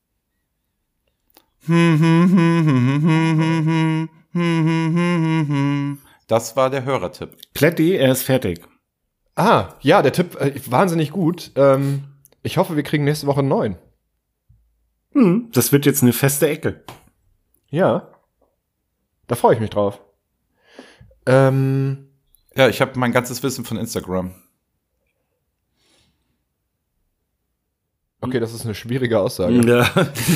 Das war der Hörertipp.
Kletti, er ist fertig.
Ja, der Tipp, wahnsinnig gut. Ich hoffe, wir kriegen nächste Woche einen neuen.
Das wird jetzt eine feste Ecke.
Ja. Da freue ich mich drauf.
Ja, ich habe mein ganzes Wissen von Instagram.
Okay, das ist eine schwierige Aussage.
Ja.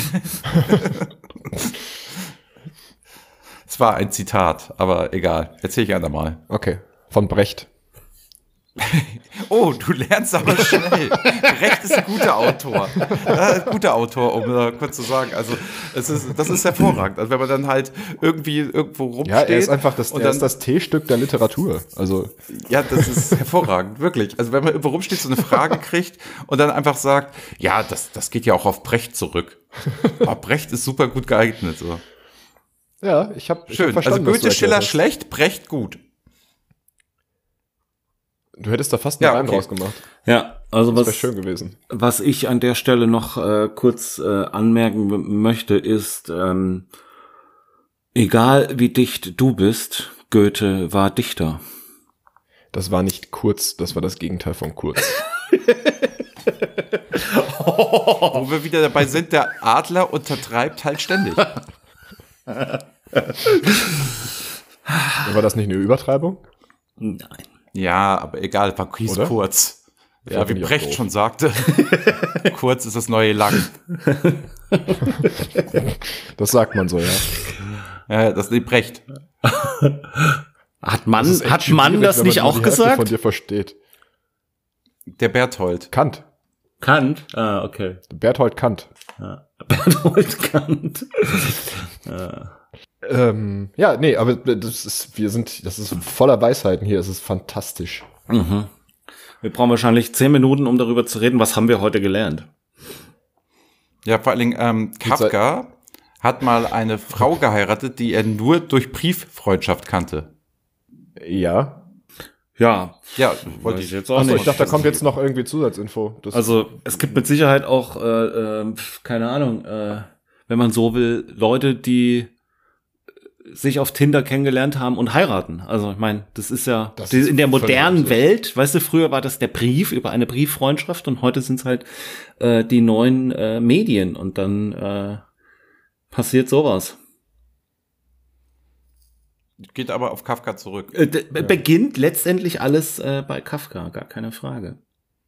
Es war ein Zitat, aber egal. Erzähl ich andermal.
Okay, von Brecht.
Oh, du lernst aber schnell. Brecht ist ein guter Autor. Guter Autor, um kurz zu sagen. Also das ist hervorragend. Also wenn man dann halt irgendwo rumsteht.
Ja, er ist einfach
und
er ist das T-Stück der Literatur. Also
ja, das ist hervorragend, wirklich. Also wenn man irgendwo rumsteht, so eine Frage kriegt und dann einfach sagt, ja, das geht ja auch auf Brecht zurück. Aber Brecht ist super gut geeignet. So.
Ja, ich hab
Schön.
verstanden,
also Goethe, Schiller schlecht, Brecht gut.
Du hättest da fast einen Reim
okay.
draus gemacht.
Ja, also
Das wäre schön gewesen.
was ich an der Stelle noch kurz anmerken möchte, ist, egal wie dicht du bist, Goethe war Dichter.
Das war nicht kurz, das war das Gegenteil von kurz.
Wo wir wieder dabei sind, der Adler untertreibt halt ständig.
War das nicht eine Übertreibung?
Nein.
Ja, aber egal, war hieß
Oder?
kurz. Ja,
find
wie
ich auch
Brecht
doof.
schon sagte, kurz ist das neue lang.
Das sagt man so, ja.
Ja, das ist Brecht.
Hat man
Das ist echt
das
schwierig, wenn man
nicht
nur
auch
die Hälfte
gesagt?
von dir versteht.
Der Berthold.
Kant.
Kant? Ah, okay.
Berthold Kant.
Bertolt Kant.
Ja, nee, aber das ist voller Weisheiten hier. Es ist fantastisch.
Wir brauchen wahrscheinlich 10 Minuten, um darüber zu reden. Was haben wir heute gelernt?
Ja, vor allen Dingen Kafka hat mal eine Frau geheiratet, die er nur durch Brieffreundschaft kannte.
Ja.
Ja,
Ja, wollte
weiß
ich
jetzt auch
Achso,
nicht.
ich dachte, da kommt jetzt noch irgendwie Zusatzinfo. Das
Also es gibt mit Sicherheit auch, keine Ahnung, wenn man so will, Leute, die sich auf Tinder kennengelernt haben und heiraten. Also ich meine, das ist ja
Das ist
in der modernen
völlig
Welt, weißt du, früher war das der Brief über eine Brieffreundschaft und heute sind es halt die neuen Medien und dann passiert sowas.
Geht aber auf Kafka zurück.
Beginnt letztendlich alles bei Kafka, gar keine Frage.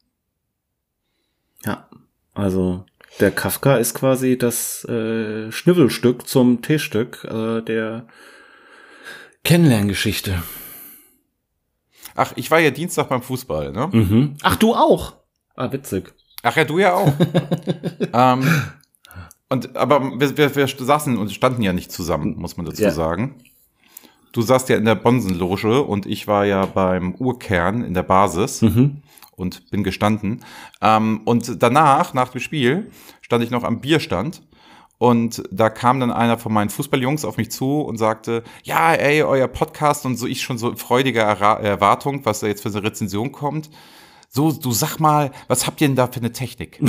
Ja, also der Kafka ist quasi das Schnivelstück zum T-Stück der Kennenlerngeschichte.
Ach, ich war ja Dienstag beim Fußball, ne?
Mhm. Ach, du auch? Ah, witzig.
Ach ja, du ja auch. Aber wir saßen und standen ja nicht zusammen, muss man dazu sagen. Du saßt ja in der Bonsenloge und ich war ja beim Urkern in der Basis und bin gestanden. Und danach, nach dem Spiel, stand ich noch am Bierstand und da kam dann einer von meinen Fußballjungs auf mich zu und sagte, ja, ey, euer Podcast und so, ich schon so in freudiger Erwartung, was da jetzt für eine Rezension kommt. So, du sag mal, was habt ihr denn da für eine Technik?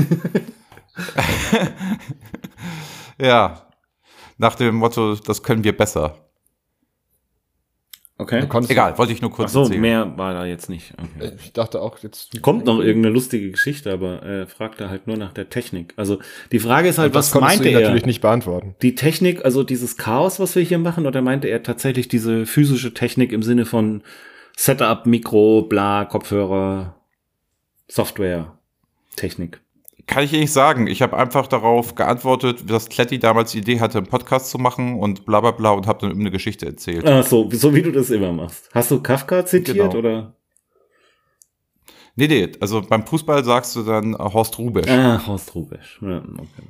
Ja, nach dem Motto, das können wir besser.
Okay.
Egal, wollte ich nur kurz
Ach so,
erzählen.
mehr war da jetzt nicht. Okay.
Ich dachte auch jetzt.
Kommt noch irgendeine lustige Geschichte, aber fragt er halt nur nach der Technik. Also die Frage ist halt,
Das
was
konntest
meinte
du ihm
er?
natürlich nicht beantworten.
Die Technik, also dieses Chaos, was wir hier machen, oder meinte er tatsächlich diese physische Technik im Sinne von Setup, Mikro, bla, Kopfhörer, Software, Technik?
Kann ich nicht sagen. Ich habe einfach darauf geantwortet, dass Kletti damals die Idee hatte, einen Podcast zu machen und bla bla bla und habe dann eine Geschichte erzählt.
Ach so wie du das immer machst. Hast du Kafka zitiert,
Genau.
oder?
Nee, also beim Fußball sagst du dann Horst Rubesch.
Ah, Horst Rubesch. Ja, okay.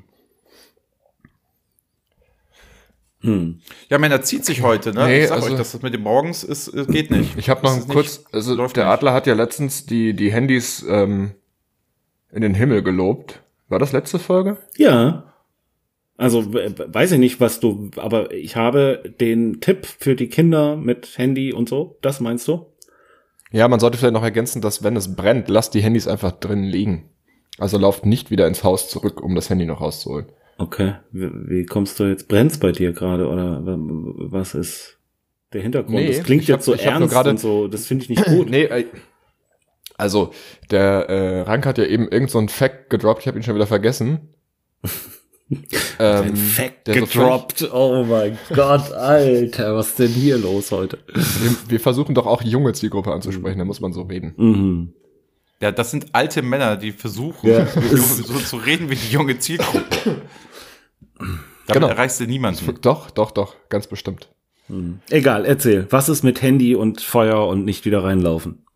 Ja, Männer, zieht sich heute, ne?
Nee,
ich sag
also-
euch, dass das mit dem Morgens ist, geht nicht.
Ich habe noch
Das ist
kurz,
nicht-
also
läuft
der
nicht.
Adler hat ja letztens die Handys in den Himmel gelobt. War das letzte Folge?
Ja. Also weiß ich nicht, aber ich habe den Tipp für die Kinder mit Handy und so, das meinst du?
Ja, man sollte vielleicht noch ergänzen, dass wenn es brennt, lasst die Handys einfach drin liegen. Also lauft nicht wieder ins Haus zurück, um das Handy noch rauszuholen.
Okay, wie kommst du jetzt? Brennt's bei dir gerade oder was ist der Hintergrund?
Nee,
das klingt
ich hab-
jetzt so
ich hab nur
ernst
gerade-
und so, das finde ich nicht gut.
Nee, also der Rank hat ja eben irgend so einen Fact gedroppt, ich habe ihn schon wieder vergessen.
Ein Fact
der so
gedroppt, oh mein Gott, Alter, was ist denn hier los heute?
Wir versuchen doch auch die junge Zielgruppe anzusprechen, da muss man so reden.
Mhm.
Ja, das sind alte Männer, die versuchen,
Ja.
so zu reden wie die junge Zielgruppe. Damit
Genau.
erreichst du niemanden.
Doch, ganz bestimmt.
Egal, erzähl, was ist mit Handy und Feuer und nicht wieder reinlaufen?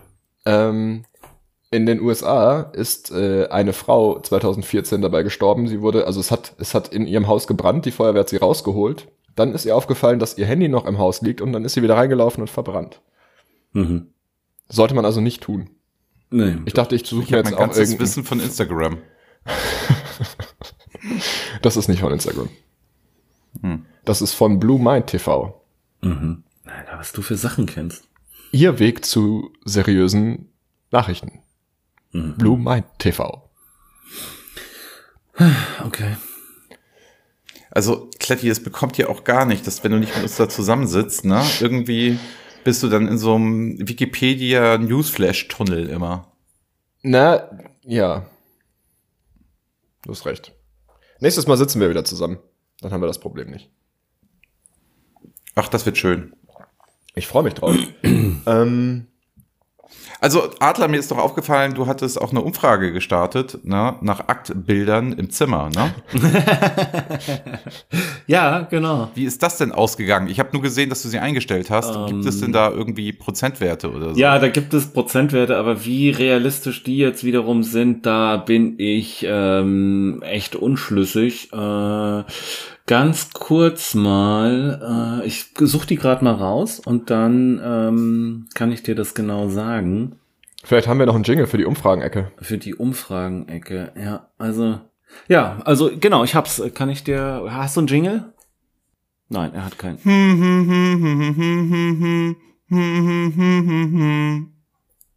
In den USA ist eine Frau 2014 dabei gestorben. Sie wurde, also es hat in ihrem Haus gebrannt, die Feuerwehr hat sie rausgeholt. Dann ist ihr aufgefallen, dass ihr Handy noch im Haus liegt und dann ist sie wieder reingelaufen und verbrannt.
Mhm.
Sollte man also nicht tun.
Nee.
Ich dachte, ich suche
Ich
mir
habe
jetzt
mein
auch
ganzes
irgendein...
Wissen von Instagram.
Das ist nicht von Instagram. Das ist von Blue Mind TV.
Mhm. Alter, was du für Sachen kennst.
Ihr Weg zu seriösen Nachrichten. Blue Mind TV.
Okay.
Also, Kletti, es bekommt ihr auch gar nicht, dass wenn du nicht mit uns da zusammensitzt, ne, irgendwie bist du dann in so einem Wikipedia-Newsflash-Tunnel immer.
Na, ja. Du hast recht. Nächstes Mal sitzen wir wieder zusammen. Dann haben wir das Problem nicht.
Ach, das wird schön.
Ich freue mich drauf.
Also, Adler, mir ist doch aufgefallen, du hattest auch eine Umfrage gestartet, ne, nach Aktbildern im Zimmer, ne?
Ja, genau.
Wie ist das denn ausgegangen? Ich habe nur gesehen, dass du sie eingestellt hast. Gibt es denn da irgendwie Prozentwerte oder so?
Ja, da gibt es Prozentwerte, aber wie realistisch die jetzt wiederum sind, da bin ich echt unschlüssig. Ganz kurz mal, ich suche die gerade mal raus und dann kann ich dir das genau sagen.
Vielleicht haben wir noch einen Jingle für die Umfragenecke.
Für die Umfragenecke, ja, also genau, ich hab's. Kann ich dir, hast du einen Jingle? Nein, er hat keinen.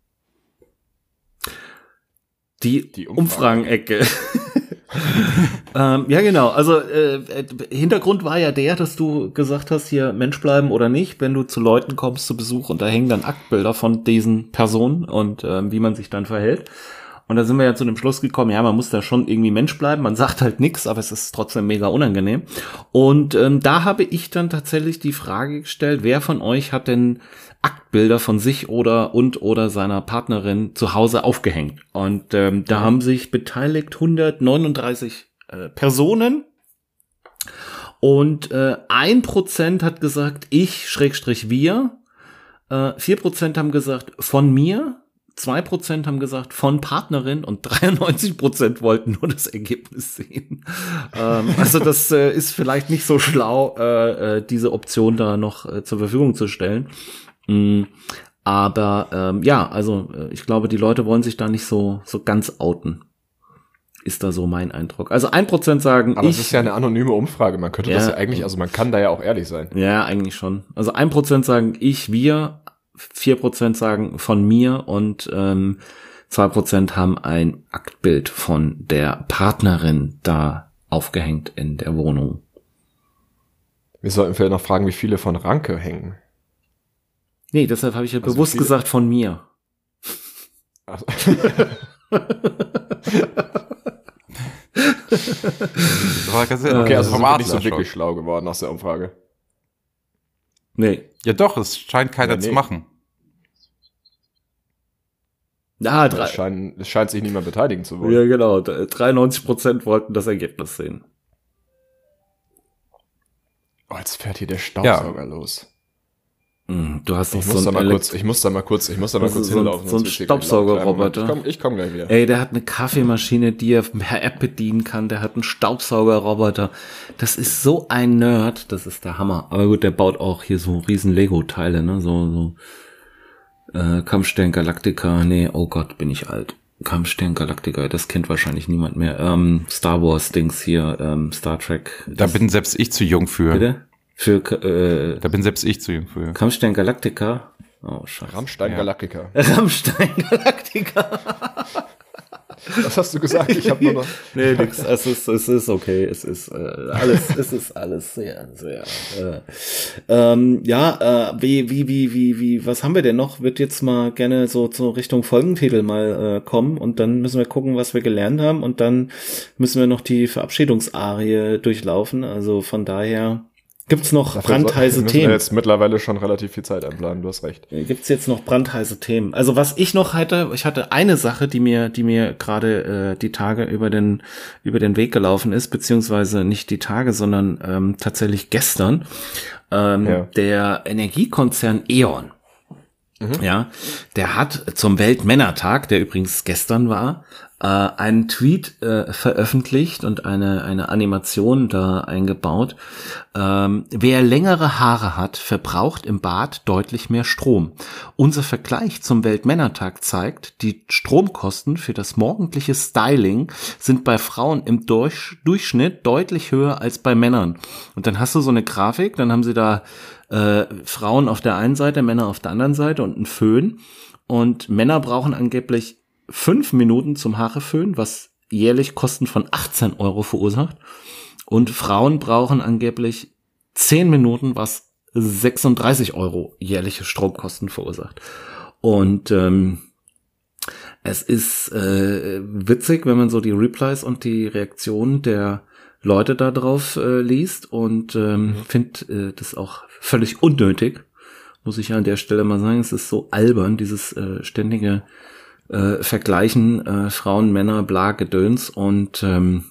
Die
Die
Umfragenecke. Ja, genau. Also Hintergrund war ja der, dass du gesagt hast, hier Mensch bleiben oder nicht, wenn du zu Leuten kommst zu Besuch und da hängen dann Aktbilder von diesen Personen und wie man sich dann verhält. Und da sind wir ja zu dem Schluss gekommen, ja, man muss da schon irgendwie Mensch bleiben. Man sagt halt nichts, aber es ist trotzdem mega unangenehm. Und da habe ich dann tatsächlich die Frage gestellt, wer von euch hat denn Aktbilder von sich oder seiner Partnerin zu Hause aufgehängt? Und da haben sich beteiligt 139 Personen. Und 1% hat gesagt, wir. 4% haben gesagt, von mir. 2% haben gesagt, von Partnerin, und 93% wollten nur das Ergebnis sehen. Also das ist vielleicht nicht so schlau, diese Option da noch zur Verfügung zu stellen. Aber ja, also ich glaube, die Leute wollen sich da nicht so ganz outen. Ist da so mein Eindruck. Also 1% sagen,
aber es ist ja eine anonyme Umfrage. Man könnte das ja eigentlich, also man kann da ja auch ehrlich sein.
Ja, eigentlich schon. Also 1% sagen wir, 4% sagen von mir und 2% haben ein Aktbild von der Partnerin da aufgehängt in der Wohnung.
Wir sollten vielleicht noch fragen, wie viele von Ranke hängen.
Nee, deshalb habe ich ja also bewusst gesagt von mir.
Also. Okay, also sind wir nicht so wirklich schlau geworden aus der Umfrage.
Nee.
Ja doch, es scheint keiner zu machen.
Ja,
es scheint sich niemand beteiligen zu wollen.
Ja, genau. 93% wollten das Ergebnis sehen.
Oh, jetzt fährt hier der Staubsauger los.
Du hast
ich muss da mal kurz hinlaufen.
So ein Staubsaugerroboter.
Ich komm gleich wieder.
Ey, der hat eine Kaffeemaschine, die er per App bedienen kann. Der hat einen Staubsaugerroboter. Das ist so ein Nerd. Das ist der Hammer. Aber gut, der baut auch hier so riesen Lego-Teile, ne? So Kampfstern Galactica. Nee, oh Gott, bin ich alt. Kampfstern Galactica, das kennt wahrscheinlich niemand mehr. Star Wars Dings hier, Star Trek.
Da bin selbst ich zu jung für.
Bitte?
Da bin selbst ich zu jung für.
Kampfstern Galactica. Oh, scheiße.
Rammstein Galactica.
Rammstein Galactica.
Was hast du gesagt? Ich habe nur noch...
Nee, nix. Es ist okay. Es ist alles sehr, sehr. Was haben wir denn noch? Wird jetzt mal gerne so Richtung Folgentitel mal kommen und dann müssen wir gucken, was wir gelernt haben und dann müssen wir noch die Verabschiedungsarie durchlaufen. Also von daher gibt's noch brandheiße Themen.
Wir jetzt mittlerweile schon relativ viel Zeit einplanen, du hast recht.
Gibt's jetzt noch brandheiße Themen? Also was ich noch hatte, ich hatte eine Sache, die mir gerade die Tage über den Weg gelaufen ist, beziehungsweise nicht die Tage, sondern tatsächlich gestern. Der Energiekonzern E.ON, ja, der hat zum Weltmännertag, der übrigens gestern war, einen Tweet veröffentlicht und eine Animation da eingebaut. Wer längere Haare hat, verbraucht im Bad deutlich mehr Strom. Unser Vergleich zum Weltmännertag zeigt, die Stromkosten für das morgendliche Styling sind bei Frauen im Durchschnitt deutlich höher als bei Männern. Und dann hast du so eine Grafik, dann haben sie da Frauen auf der einen Seite, Männer auf der anderen Seite und einen Föhn. Und Männer brauchen angeblich 5 Minuten zum Haare föhnen, was jährlich Kosten von 18 Euro verursacht. Und Frauen brauchen angeblich 10 Minuten, was 36 Euro jährliche Stromkosten verursacht. Und es ist witzig, wenn man so die Replies und die Reaktionen der Leute da drauf liest und finde das auch völlig unnötig, muss ich an der Stelle mal sagen. Es ist so albern, dieses ständige Vergleichen Frauen, Männer, bla, Gedöns und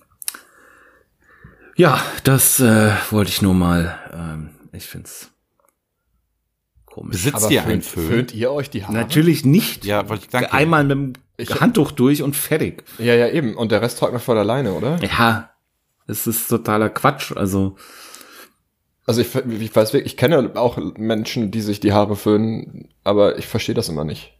ja, das wollte ich nur mal, ich find's komisch.
Besitzt ihr einen Föhn?
Föhnt ihr euch die Haare?
Natürlich nicht.
Ja, wollte ich danke.
Einmal mit dem Handtuch durch und fertig.
Ja, eben. Und der Rest trocknet von alleine, oder?
Ja, es ist totaler Quatsch, also
ich weiß wirklich, ich kenne auch Menschen, die sich die Haare föhnen, aber ich verstehe das immer nicht.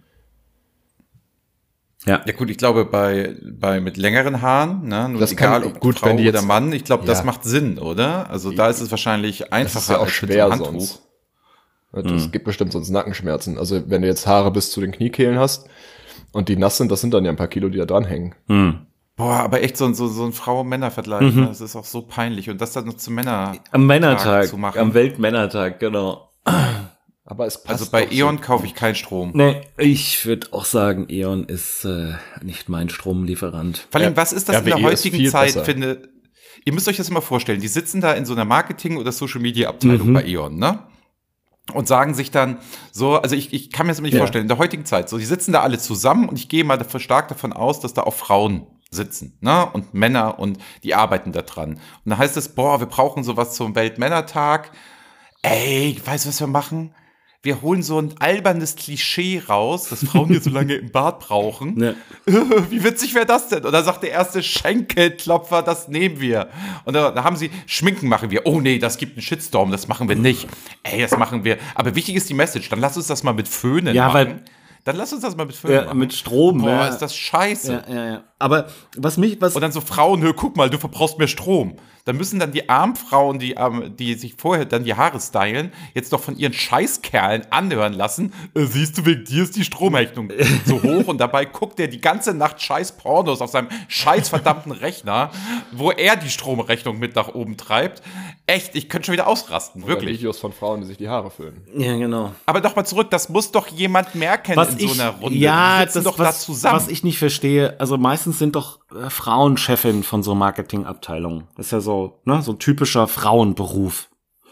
Ja, gut, ich glaube, bei mit längeren Haaren, ne, nur
das
egal
kann,
ob
gut,
Frau
wenn die jetzt,
oder Mann, ich glaube, das
ja.
macht Sinn, oder? Also da ist es wahrscheinlich einfacher
das ist ja auch
als
schwer
mit dem Handtuch.
sonst. Das gibt bestimmt sonst Nackenschmerzen. Also wenn du jetzt Haare bis zu den Kniekehlen hast und die nass sind, das sind dann ja ein paar Kilo, die da dranhängen.
Boah, aber echt so ein Frau-Männer-Vergleich, ne? Das ist auch so peinlich. Und das dann noch zum
Am Männertag,
zu machen.
am Weltmännertag, genau.
Aber es passt.
Also bei
doch
E.ON
so.
kaufe ich keinen Strom.
Nee, ich würde auch sagen, E.ON ist nicht mein Stromlieferant.
Vor allem, was ist das in der
RWE ist
heutigen
viel
Zeit,
besser.
finde? Ihr müsst euch das mal vorstellen. Die sitzen da in so einer Marketing- oder Social-Media-Abteilung bei E.ON, ne? Und sagen sich dann so, also ich kann mir das nicht vorstellen, in der heutigen Zeit, so, die sitzen da alle zusammen und ich gehe mal stark davon aus, dass da auch Frauen sitzen, ne? Und Männer und die arbeiten da dran. Und dann heißt es, boah, wir brauchen sowas zum Weltmännertag. Ey, weißt du, was wir machen? Wir holen so ein albernes Klischee raus, dass Frauen hier so lange im Bad brauchen.
Ja.
Wie witzig wäre das denn? Und dann sagt der erste Schenkelklopfer, das nehmen wir. Und da haben sie, Schminken machen wir. Oh nee, das gibt einen Shitstorm, das machen wir nicht. Ey, das machen wir. Aber wichtig ist die Message, dann lass uns das mal mit Föhnen
Ja,
machen.
weil-
Dann lass uns das mal mit Föhnen machen.
Mit Strom,
Boah,
ja.
ist das scheiße.
Ja. Aber was
Und dann so Frauen, guck mal, du verbrauchst mehr Strom. Dann müssen dann die armen Frauen, die sich vorher dann die Haare stylen, jetzt doch von ihren Scheißkerlen anhören lassen. Siehst du, wegen dir ist die Stromrechnung so hoch und dabei guckt er die ganze Nacht scheiß Pornos auf seinem scheiß verdammten Rechner, wo er die Stromrechnung mit nach oben treibt. Echt, ich könnte schon wieder ausrasten,
Oder
wirklich.
Videos von Frauen, die sich die Haare föhnen.
Ja, genau.
Aber doch mal zurück, das muss doch jemand merken in so einer Runde.
Ja,
die sitzen
das
doch da zusammen.
was ich nicht verstehe, also meistens sind doch Frauen Chefin von so Marketingabteilungen. Das ist ja so, ne, so ein typischer Frauenberuf.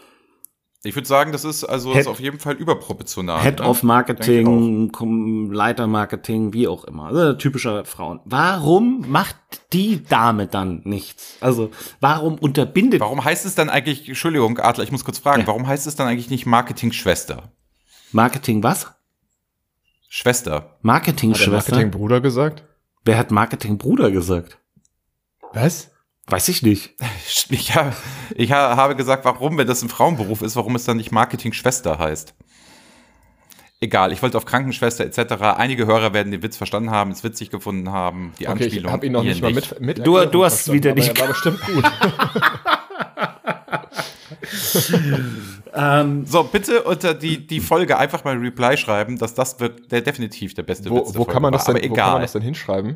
Ich würde sagen, das ist ist auf jeden Fall überproportional.
Head
ne?
of
Denke
Marketing, Leiter Marketing, wie auch immer. Also typischer Frauen. Warum macht die Dame dann nichts? Also, warum unterbindet...
Warum heißt es dann eigentlich, Entschuldigung, Adler, ich muss kurz fragen, warum heißt es dann eigentlich nicht Marketing-Schwester?
Marketing was?
Schwester.
Hat der
Marketing-Schwester?
Marketingbruder gesagt?
Wer hat Marketing-Bruder gesagt?
Was?
Weiß ich nicht.
Ich habe gesagt, warum, wenn das ein Frauenberuf ist, warum es dann nicht Marketing-Schwester heißt. Egal, ich wollte auf Krankenschwester etc. Einige Hörer werden den Witz verstanden haben, es witzig gefunden haben, die
Okay, ich
Anspielung.
habe ihn noch
ihr
nicht mal mit
Du
Erklärung
hast
verstanden,
wieder
aber
nicht-
er war bestimmt gut.
So, bitte unter die Folge einfach mal Reply schreiben, dass das wird definitiv der beste Witz der
Wo
Folge
kann man das
war.
denn,
Aber
wo kann man
egal,
das denn hinschreiben?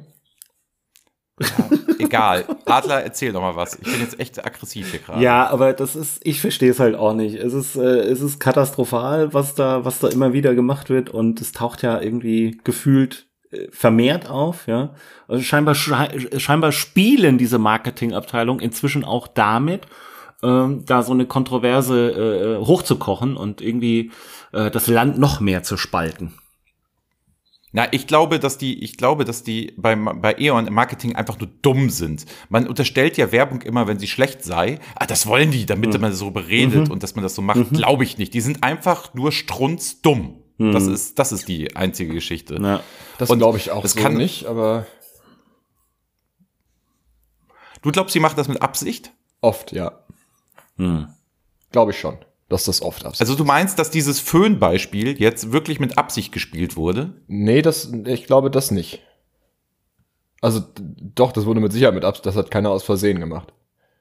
egal. Adler, erzähl doch mal was. Ich bin jetzt echt aggressiv hier gerade.
Ja, aber ich verstehe es halt auch nicht. Es ist katastrophal, was da immer wieder gemacht wird und es taucht ja irgendwie gefühlt vermehrt auf, ja. Also scheinbar spielen diese Marketingabteilung inzwischen auch damit, da so eine Kontroverse hochzukochen und irgendwie das Land noch mehr zu spalten.
Na, ich glaube, dass die bei E.ON im Marketing einfach nur dumm sind. Man unterstellt ja Werbung immer, wenn sie schlecht sei. Das wollen die, damit man so beredet und dass man das so macht. Glaube ich nicht. Die sind einfach nur strunzdumm. Das ist die einzige Geschichte.
Ja.
Das
Und
glaube ich auch
es
so
kann-
nicht, aber
Du glaubst, sie machen das mit Absicht?
oft, ja. Glaube ich schon, dass das oft absichtlich
Also du meinst, dass dieses Föhn-Beispiel jetzt wirklich mit Absicht gespielt wurde?
Nee, ich glaube das nicht. Also doch, das wurde mit Sicherheit mit Absicht, das hat keiner aus Versehen gemacht.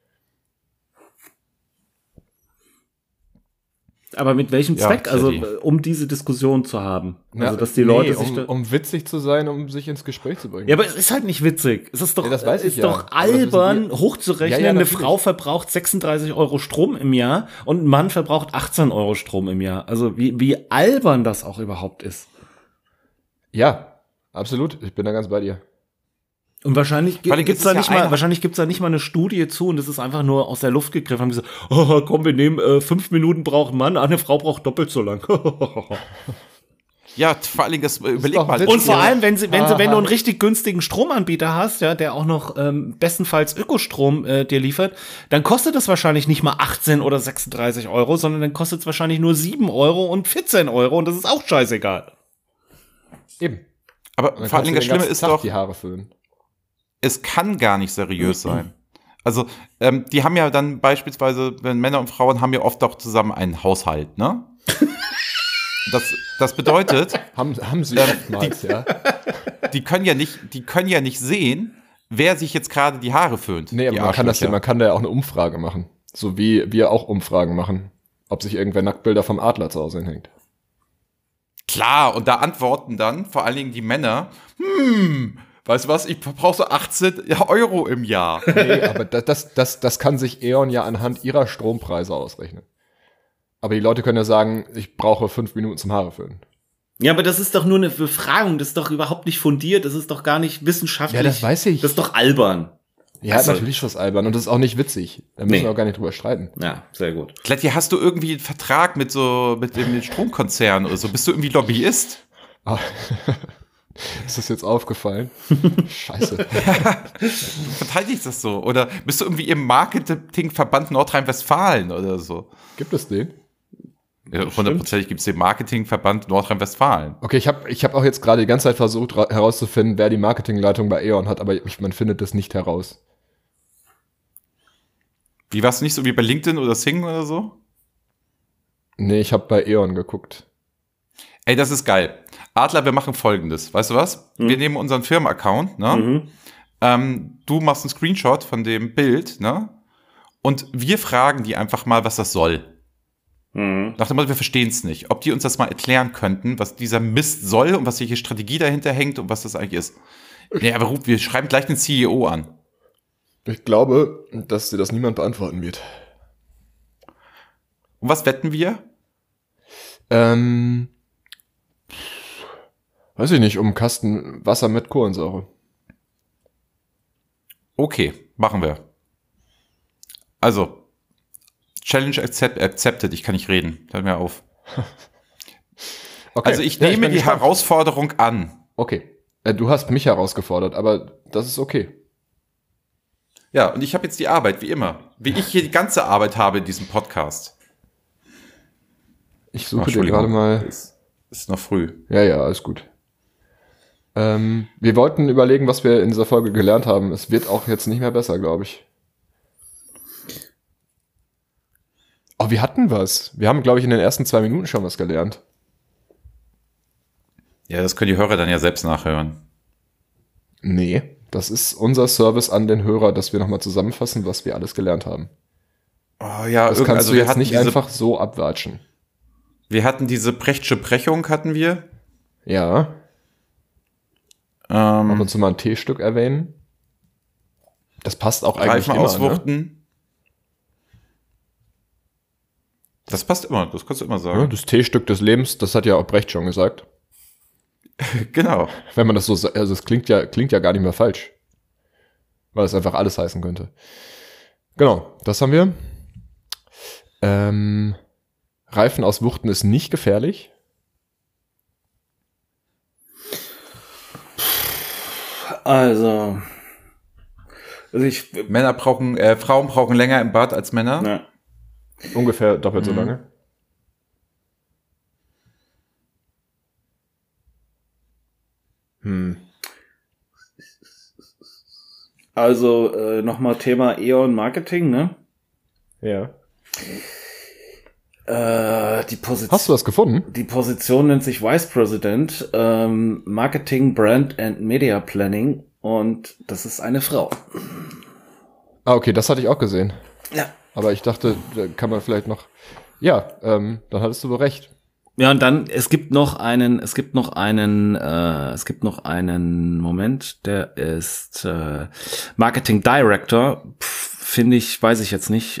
Aber mit welchem
Ja,
Zweck? Also,
Freddy.
um diese Diskussion zu haben. Also,
Ja,
dass die Leute sich
um witzig zu sein, um sich ins Gespräch zu bringen.
Ja, aber es ist halt nicht witzig. Es ist doch,
Ja, das weiß ich
ist
ja.
doch
Aber das wissen
albern,
wir.
hochzurechnen,
Ja, ja,
eine
natürlich.
Frau verbraucht 36 Euro Strom im Jahr und ein Mann verbraucht 18 Euro Strom im Jahr. Also wie albern das auch überhaupt ist.
Ja, absolut. Ich bin da ganz bei dir.
Und wahrscheinlich
Vor allem
gibt's
ist
da
es ja
nicht mal,
eine-
wahrscheinlich gibt's da nicht mal eine Studie zu und das ist einfach nur aus der Luft gegriffen. Haben gesagt, oh, komm, wir nehmen 5 Minuten braucht ein Mann, eine Frau braucht doppelt so lang.
Ja, vor allen Dingen, überleg
doch
mal.
witzig.
Und vor
Ja.
allem, wenn du einen richtig günstigen Stromanbieter hast, ja, der auch noch bestenfalls Ökostrom dir liefert, dann kostet das wahrscheinlich nicht mal 18 oder 36 Euro, sondern dann kostet es wahrscheinlich nur 7 Euro und 14 Euro und das ist auch scheißegal.
Eben.
Aber
Dann
vor allen Dingen, das
kannst du den
Schlimme
ganzen
ist
Tag
doch,
die Haare föhnen.
es kann gar nicht seriös sein. Also, die haben ja dann beispielsweise, wenn Männer und Frauen haben ja oft auch zusammen einen Haushalt, ne? Das bedeutet,
Haben sie oftmals, ja.
die können ja nicht sehen, wer sich jetzt gerade die Haare föhnt.
Nee, aber
die
man kann da ja auch eine Umfrage machen. So wie wir auch Umfragen machen. Ob sich irgendwer Nacktbilder vom Adler zu Hause hinhängt.
Klar, und da antworten dann vor allen Dingen die Männer, weißt du was, ich brauche so 18 Euro im Jahr.
Nee, aber das kann sich E.ON ja anhand ihrer Strompreise ausrechnen. Aber die Leute können ja sagen, ich brauche 5 Minuten zum Haare föhnen.
Ja, aber das ist doch nur eine Befragung, das ist doch überhaupt nicht fundiert, das ist doch gar nicht wissenschaftlich.
Ja, das weiß ich.
Das ist doch albern.
Ja, also, natürlich ist das albern und das ist auch nicht witzig. Da müssen wir auch gar nicht drüber streiten.
Ja, sehr gut.
Kletti, hast du irgendwie einen Vertrag mit dem Stromkonzern oder so? Bist du irgendwie Lobbyist?
Ah, ist das jetzt aufgefallen? Scheiße.
Du verteidigst das so? Oder bist du irgendwie im Marketingverband Nordrhein-Westfalen oder so?
Gibt es den?
Ja, 100%ig gibt es den Marketingverband Nordrhein-Westfalen.
Okay, ich hab auch jetzt gerade die ganze Zeit versucht herauszufinden, wer die Marketingleitung bei E.ON hat, aber man findet das nicht heraus.
Wie war's nicht so wie bei LinkedIn oder Sing oder so?
Nee, ich habe bei E.ON geguckt.
Ey, das ist geil. Adler, wir machen Folgendes. Weißt du was? Wir nehmen unseren Firmenaccount, ne? Du machst einen Screenshot von dem Bild, ne? Und wir fragen die einfach mal, was das soll. Nach dem Motto, wir verstehen es nicht. Ob die uns das mal erklären könnten, was dieser Mist soll und was welche Strategie dahinter hängt und was das eigentlich ist. Nee, aber wir schreiben gleich den CEO an.
Ich glaube, dass dir das niemand beantworten wird.
Und was wetten wir?
Weiß ich nicht, um einen Kasten Wasser mit Kohlensäure.
Okay, machen wir. Also, Challenge accepted, ich kann nicht reden. Hört mir auf.
Okay.
Also ich nehme die Herausforderung an.
Okay. Du hast mich herausgefordert, aber das ist okay.
Ja, und ich habe jetzt die Arbeit, wie immer. Wie ich hier die ganze Arbeit habe in diesem Podcast.
Ich suche dir gerade mal...
Ist noch früh.
Ja, alles gut. Wir wollten überlegen, was wir in dieser Folge gelernt haben. Es wird auch jetzt nicht mehr besser, glaube ich. Oh, wir hatten was. Wir haben, glaube ich, in den ersten 2 Minuten schon was gelernt.
Ja, das können die Hörer dann ja selbst nachhören.
Nee, das ist unser Service an den Hörer, dass wir nochmal zusammenfassen, was wir alles gelernt haben.
Oh ja,
das kannst du jetzt nicht einfach so abwatschen.
Wir hatten diese Brechtsche Brechung, hatten wir.
Ja. Ab und zu mal ein T-Stück erwähnen. Das passt auch eigentlich immer,
auswuchten. Ne? Das passt immer, das kannst du immer sagen.
Ja, das T-Stück des Lebens, das hat ja auch Brecht schon gesagt.
Genau.
Wenn man das so sagt, also es klingt ja gar nicht mehr falsch. Weil es einfach alles heißen könnte. Genau, das haben wir. Reifen auswuchten ist nicht gefährlich.
Also
Frauen brauchen länger im Bad als Männer.
Ja.
Ungefähr doppelt so lange.
Also nochmal Thema E.ON Marketing, ne?
Ja.
Die Position.
Hast du das gefunden?
Die Position nennt sich Vice President Marketing, Brand and Media Planning und das ist eine Frau.
Ah, okay, das hatte ich auch gesehen.
Ja.
Aber ich dachte, da kann man vielleicht noch. Ja, dann hattest du wohl recht.
Ja, und dann, es gibt noch einen Moment, der ist Marketing Director, finde ich, weiß ich jetzt nicht,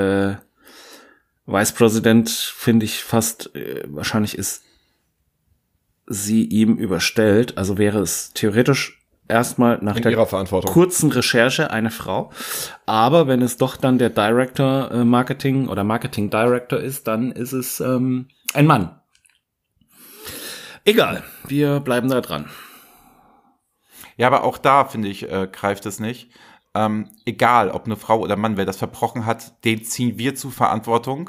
Vice President finde ich fast, wahrscheinlich ist sie ihm überstellt, also wäre es theoretisch erstmal nach
in
der
ihrer Verantwortung.
Kurzen Recherche eine Frau, aber wenn es doch dann der Director Marketing oder Marketing Director ist, dann ist es ein Mann. Egal, wir bleiben da dran.
Ja, aber auch da, finde ich, greift es nicht. Egal, ob eine Frau oder Mann, wer das verbrochen hat, den ziehen wir zur Verantwortung.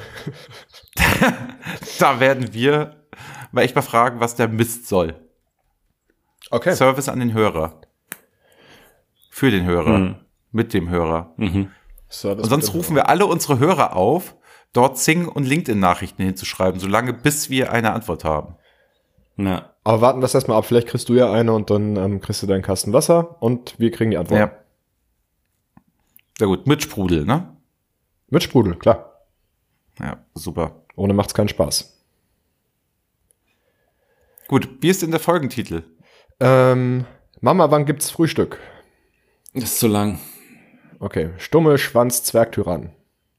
Da werden wir mal echt mal fragen, was der Mist soll.
Okay.
Service an den Hörer. Für den Hörer. Mit dem Hörer.
Service
und sonst rufen wir alle unsere Hörer auf, dort Sing- und LinkedIn-Nachrichten hinzuschreiben, solange bis wir eine Antwort haben.
Na.
Aber warten wir das erstmal ab. Vielleicht kriegst du ja eine und dann kriegst du deinen Kasten Wasser und wir kriegen die Antwort.
Ja. Sehr gut. Mit Sprudel, ne?
Mit Sprudel, klar.
Ja, super.
Ohne macht's keinen Spaß.
Gut, wie ist denn der Folgentitel?
Mama, wann gibt's Frühstück?
Das ist zu lang.
Okay. Stumme Schwanz Zwergtyrann.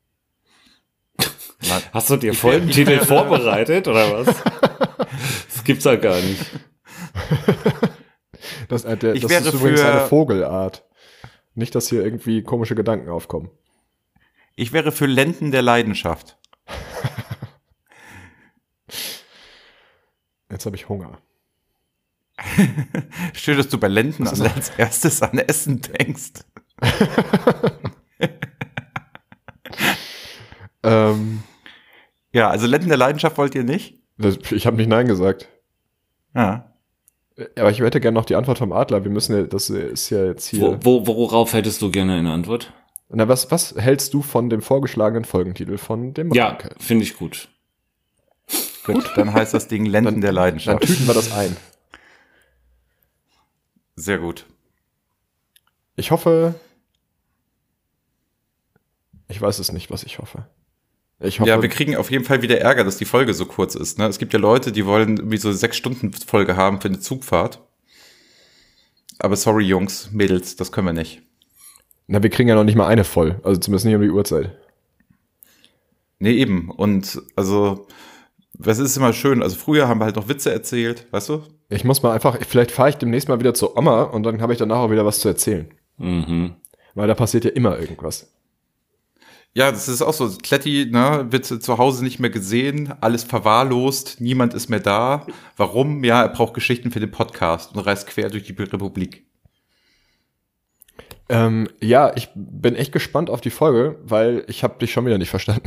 Hast du dir Folgentitel vorbereitet, oder was? Das gibt's ja gar nicht.
Das ist übrigens eine Vogelart. Nicht, dass hier irgendwie komische Gedanken aufkommen.
Ich wäre für Lenden der Leidenschaft.
Jetzt habe ich Hunger.
Schön, dass du bei Lenden als erstes an Essen denkst. Ja, also Lenden der Leidenschaft wollt ihr nicht?
Ich habe nicht Nein gesagt.
Ja.
Aber ich hätte gerne noch die Antwort vom Adler. Wir müssen ja, das ist ja jetzt hier.
Worauf hättest du gerne eine Antwort?
Na, was hältst du von dem vorgeschlagenen Folgentitel von dem Ranke?
Ja, finde ich gut.
Gut, dann heißt das Ding Lenden der Leidenschaft.
Dann tüten wir das ein.
Sehr gut.
Ich hoffe. Ich weiß es nicht, was ich hoffe.
Ja, wir kriegen auf jeden Fall wieder Ärger, dass die Folge so kurz ist. Ne? Es gibt ja Leute, die wollen irgendwie so 6-Stunden-Folge haben für eine Zugfahrt. Aber sorry, Jungs, Mädels, das können wir nicht.
Na, wir kriegen ja noch nicht mal eine voll. Also zumindest nicht um die Uhrzeit.
Nee, eben. Und also, was ist immer schön? Also früher haben wir halt noch Witze erzählt, weißt du?
Ich muss mal einfach, vielleicht fahre ich demnächst mal wieder zur Oma und dann habe ich danach auch wieder was zu erzählen.
Mhm.
Weil da passiert ja immer irgendwas.
Ja, das ist auch so. Kletti, ne, wird zu Hause nicht mehr gesehen, alles verwahrlost, niemand ist mehr da. Warum? Ja, er braucht Geschichten für den Podcast und reist quer durch die Republik.
Ja, ich bin echt gespannt auf die Folge, weil ich habe dich schon wieder nicht verstanden.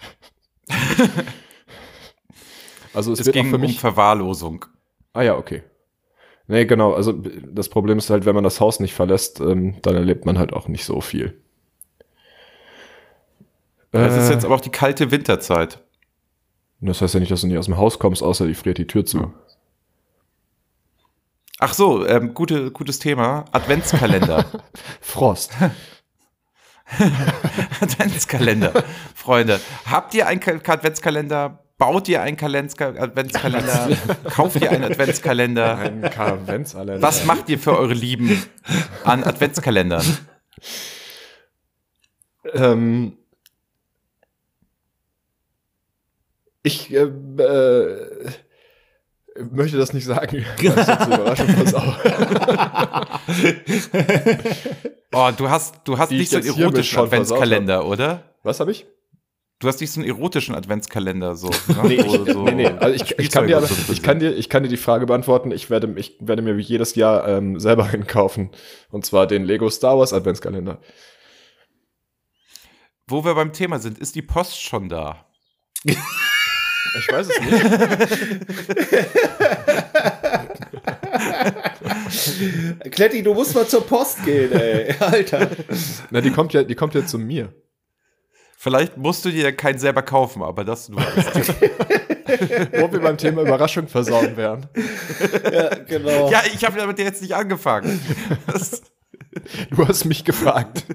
Also es wird
ging
auch für mich
um Verwahrlosung.
Ah ja, okay. Nee, genau, also das Problem ist halt, wenn man das Haus nicht verlässt, dann erlebt man halt auch nicht so viel.
Das ist jetzt aber auch die kalte Winterzeit.
Das heißt ja nicht, dass du nicht aus dem Haus kommst, außer die friert die Tür zu.
Ach so, gutes Thema. Adventskalender.
Frost.
Adventskalender. Freunde, habt ihr einen Adventskalender? Baut ihr einen Adventskalender? Kauft ihr einen Adventskalender?
Ein Adventskalender.
Was macht ihr für eure Lieben an Adventskalendern?
Ich möchte das nicht sagen. Das ist eine Überraschung, pass auf.
Oh, du hast nicht so einen erotischen Adventskalender, oder?
Was habe ich?
Du hast nicht so einen erotischen Adventskalender, so. Ne?
Nee. Also ich kann dir die Frage beantworten. Ich werde mir wie jedes Jahr selber einen kaufen. Und zwar den Lego Star Wars Adventskalender.
Wo wir beim Thema sind, ist die Post schon da?
Ich weiß es
nicht. Kletti, du musst mal zur Post gehen, ey. Alter.
Na, die kommt ja zu mir.
Vielleicht musst du dir keinen selber kaufen, aber das du weißt.
Wo wir beim Thema Überraschung versauen werden.
Ja, genau.
Ja, ich habe ja mit dir jetzt nicht angefangen.
Du hast mich gefragt.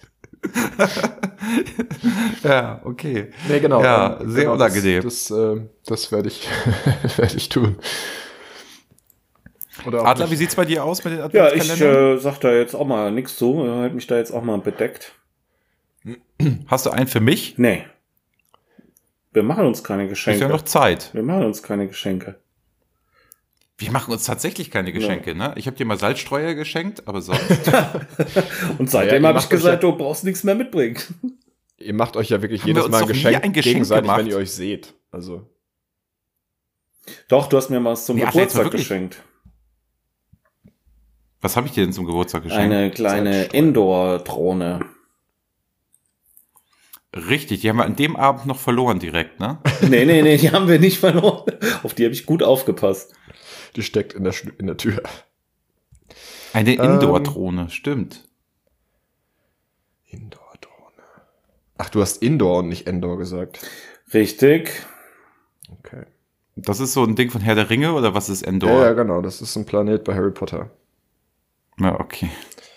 Ja, okay.
Nee, genau.
Ja, sehr unangenehm.
Das werde ich tun.
Adler, wie sieht's bei dir aus mit den Adventskalendern?
Ja, ich sag da jetzt auch mal nichts zu. Halt mich da jetzt auch mal bedeckt.
Hast du einen für mich?
Nee. Wir machen uns keine Geschenke.
Ist ja noch Zeit.
Wir machen uns keine Geschenke.
Wir machen uns tatsächlich keine Geschenke, ne? Ich habe dir mal Salzstreuer geschenkt, aber sonst.
Und seitdem habe ich gesagt, du brauchst nichts mehr mitbringen.
Ihr macht euch ja wirklich jedes Mal ein Geschenk gegenseitig, wenn ihr euch seht. Also.
Doch, du hast mir mal was zum Geburtstag geschenkt.
Was habe ich dir denn zum Geburtstag geschenkt?
Eine kleine Indoor-Drohne.
Richtig, die haben wir an dem Abend noch verloren direkt, ne?
Nee, die haben wir nicht verloren. Auf die habe ich gut aufgepasst.
Die steckt in der Tür.
Eine Indoor-Drohne, stimmt.
Indoor-Drohne. Ach, du hast Indoor und nicht Endor gesagt.
Richtig.
Okay.
Das ist so ein Ding von Herr der Ringe oder was ist Endor?
Ja, genau, das ist ein Planet bei Harry Potter.
Ja, okay.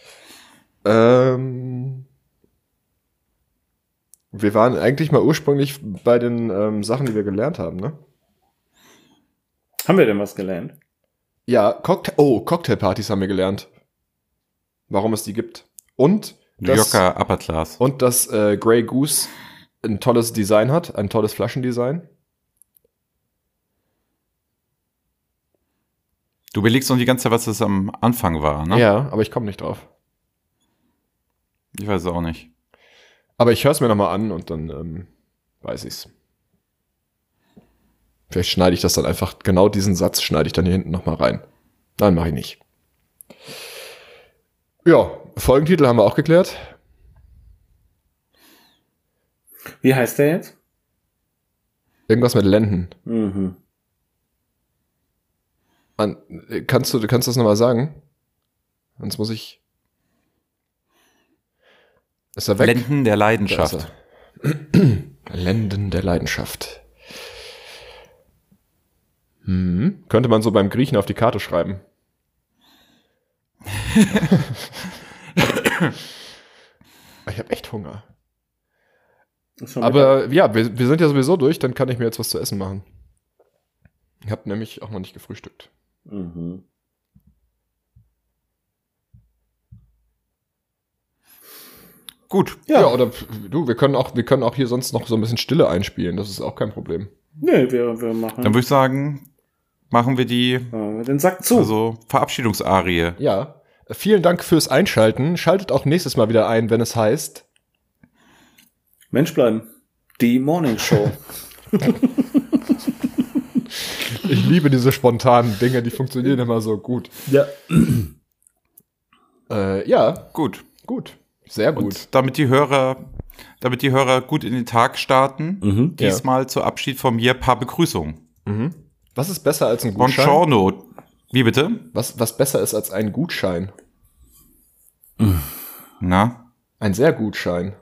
Wir waren eigentlich mal ursprünglich bei den Sachen, die wir gelernt haben, ne?
Haben wir denn was gelernt?
Ja, Cocktailpartys haben wir gelernt. Warum es die gibt. Und
New Yorker Upper Class.
Und dass Grey Goose ein tolles Design hat, ein tolles Flaschendesign.
Du überlegst noch die ganze Zeit, was das am Anfang war, ne?
Ja, aber ich komme nicht drauf.
Ich weiß es auch nicht.
Aber ich höre es mir nochmal an und dann weiß ich's. Vielleicht schneide ich das dann einfach, genau diesen Satz schneide ich dann hier hinten nochmal rein. Nein, mache ich nicht. Ja, Folgentitel haben wir auch geklärt.
Wie heißt der jetzt?
Irgendwas mit Lenden.
Mhm.
Kannst du das nochmal sagen? Sonst muss ich... Ist er weg?
Lenden der Leidenschaft.
Lenden der Leidenschaft. Könnte man so beim Griechen auf die Karte schreiben. Ich habe echt Hunger. Aber ja, wir sind ja sowieso durch, dann kann ich mir jetzt was zu essen machen. Ich habe nämlich auch noch nicht gefrühstückt.
Mhm.
Gut.
Ja, oder du, wir können auch hier sonst noch so ein bisschen Stille einspielen, das ist auch kein Problem.
Nee, wir machen.
Dann würde ich sagen, machen wir
den Sack zu.
Also Verabschiedungsarie.
Ja, vielen Dank fürs Einschalten. Schaltet auch nächstes Mal wieder ein, wenn es heißt
Mensch bleiben. Die Morning Show.
Ich liebe diese spontanen Dinge, die funktionieren immer so gut.
Ja.
Ja,
Gut.
sehr gut.
Und damit die Hörer gut in den Tag starten, diesmal zur Abschied von mir ein paar Begrüßungen.
Was ist besser als ein Gutschein?
Buongiorno. Wie bitte?
Was besser ist als ein Gutschein?
Na?
Ein sehr Gutschein.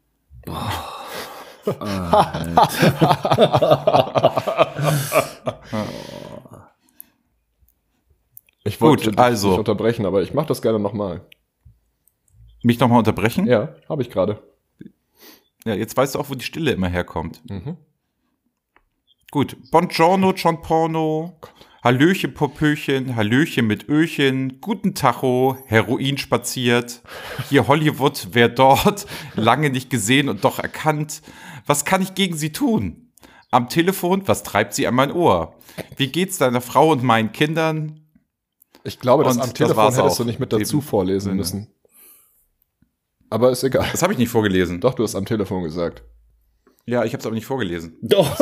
Ich wollte dich nicht unterbrechen, aber ich mache das gerne nochmal.
Mich nochmal unterbrechen?
Ja, habe ich gerade.
Ja, jetzt weißt du auch, wo die Stille immer herkommt. Gut. Buongiorno, John Porno. Hallöchen, Popöchen. Hallöchen mit Öchen. Guten Tacho. Heroin spaziert. Hier Hollywood, wer dort? Lange nicht gesehen und doch erkannt. Was kann ich gegen sie tun? Am Telefon, was treibt sie an mein Ohr? Wie geht's deiner Frau und meinen Kindern?
Ich glaube, das
Und
am Telefon
das war's
hättest
auch.
du nicht mit dazu vorlesen müssen. Aber ist egal.
Das habe ich nicht vorgelesen.
Doch, du hast am Telefon gesagt.
Ja, ich habe es aber nicht vorgelesen.
Doch.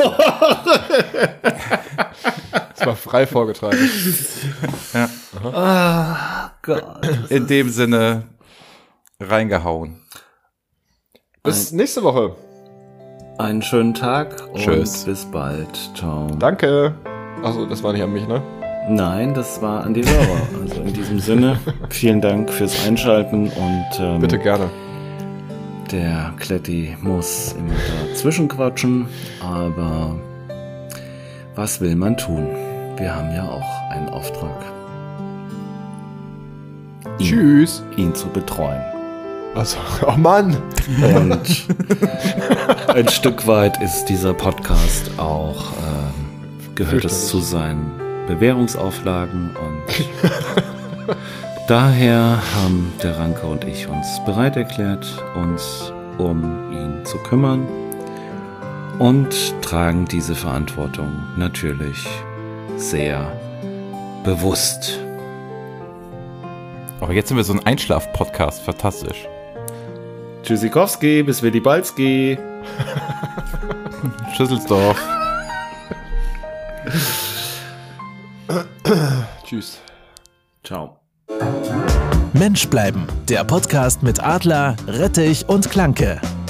Es war frei vorgetragen.
Ja.
Gott.
In dem Sinne reingehauen.
Bis nächste Woche.
Einen schönen Tag und
Tschüss.
bis bald. Ciao.
Danke. Achso, das war nicht an mich, ne?
Nein, das war an die Hörer. Also in diesem Sinne, vielen Dank fürs Einschalten und
Bitte gerne.
der Kletti muss immer dazwischen quatschen, aber was will man tun? Wir haben ja auch einen Auftrag.
Tschüss.
Ihn zu betreuen.
Also, oh Mann.
Und ein Stück weit ist dieser Podcast auch, gehört es zu seinen Bewährungsauflagen und daher haben der Ranke und ich uns bereit erklärt, uns um ihn zu kümmern und tragen diese Verantwortung natürlich sehr bewusst.
Aber jetzt sind wir so ein Einschlaf-Podcast. Fantastisch.
Tschüssikowski, bis wir die Balski.
Schüsselsdorf.
Tschüss.
Ciao.
Mensch bleiben, der Podcast mit Adler, Rettich und Klanke.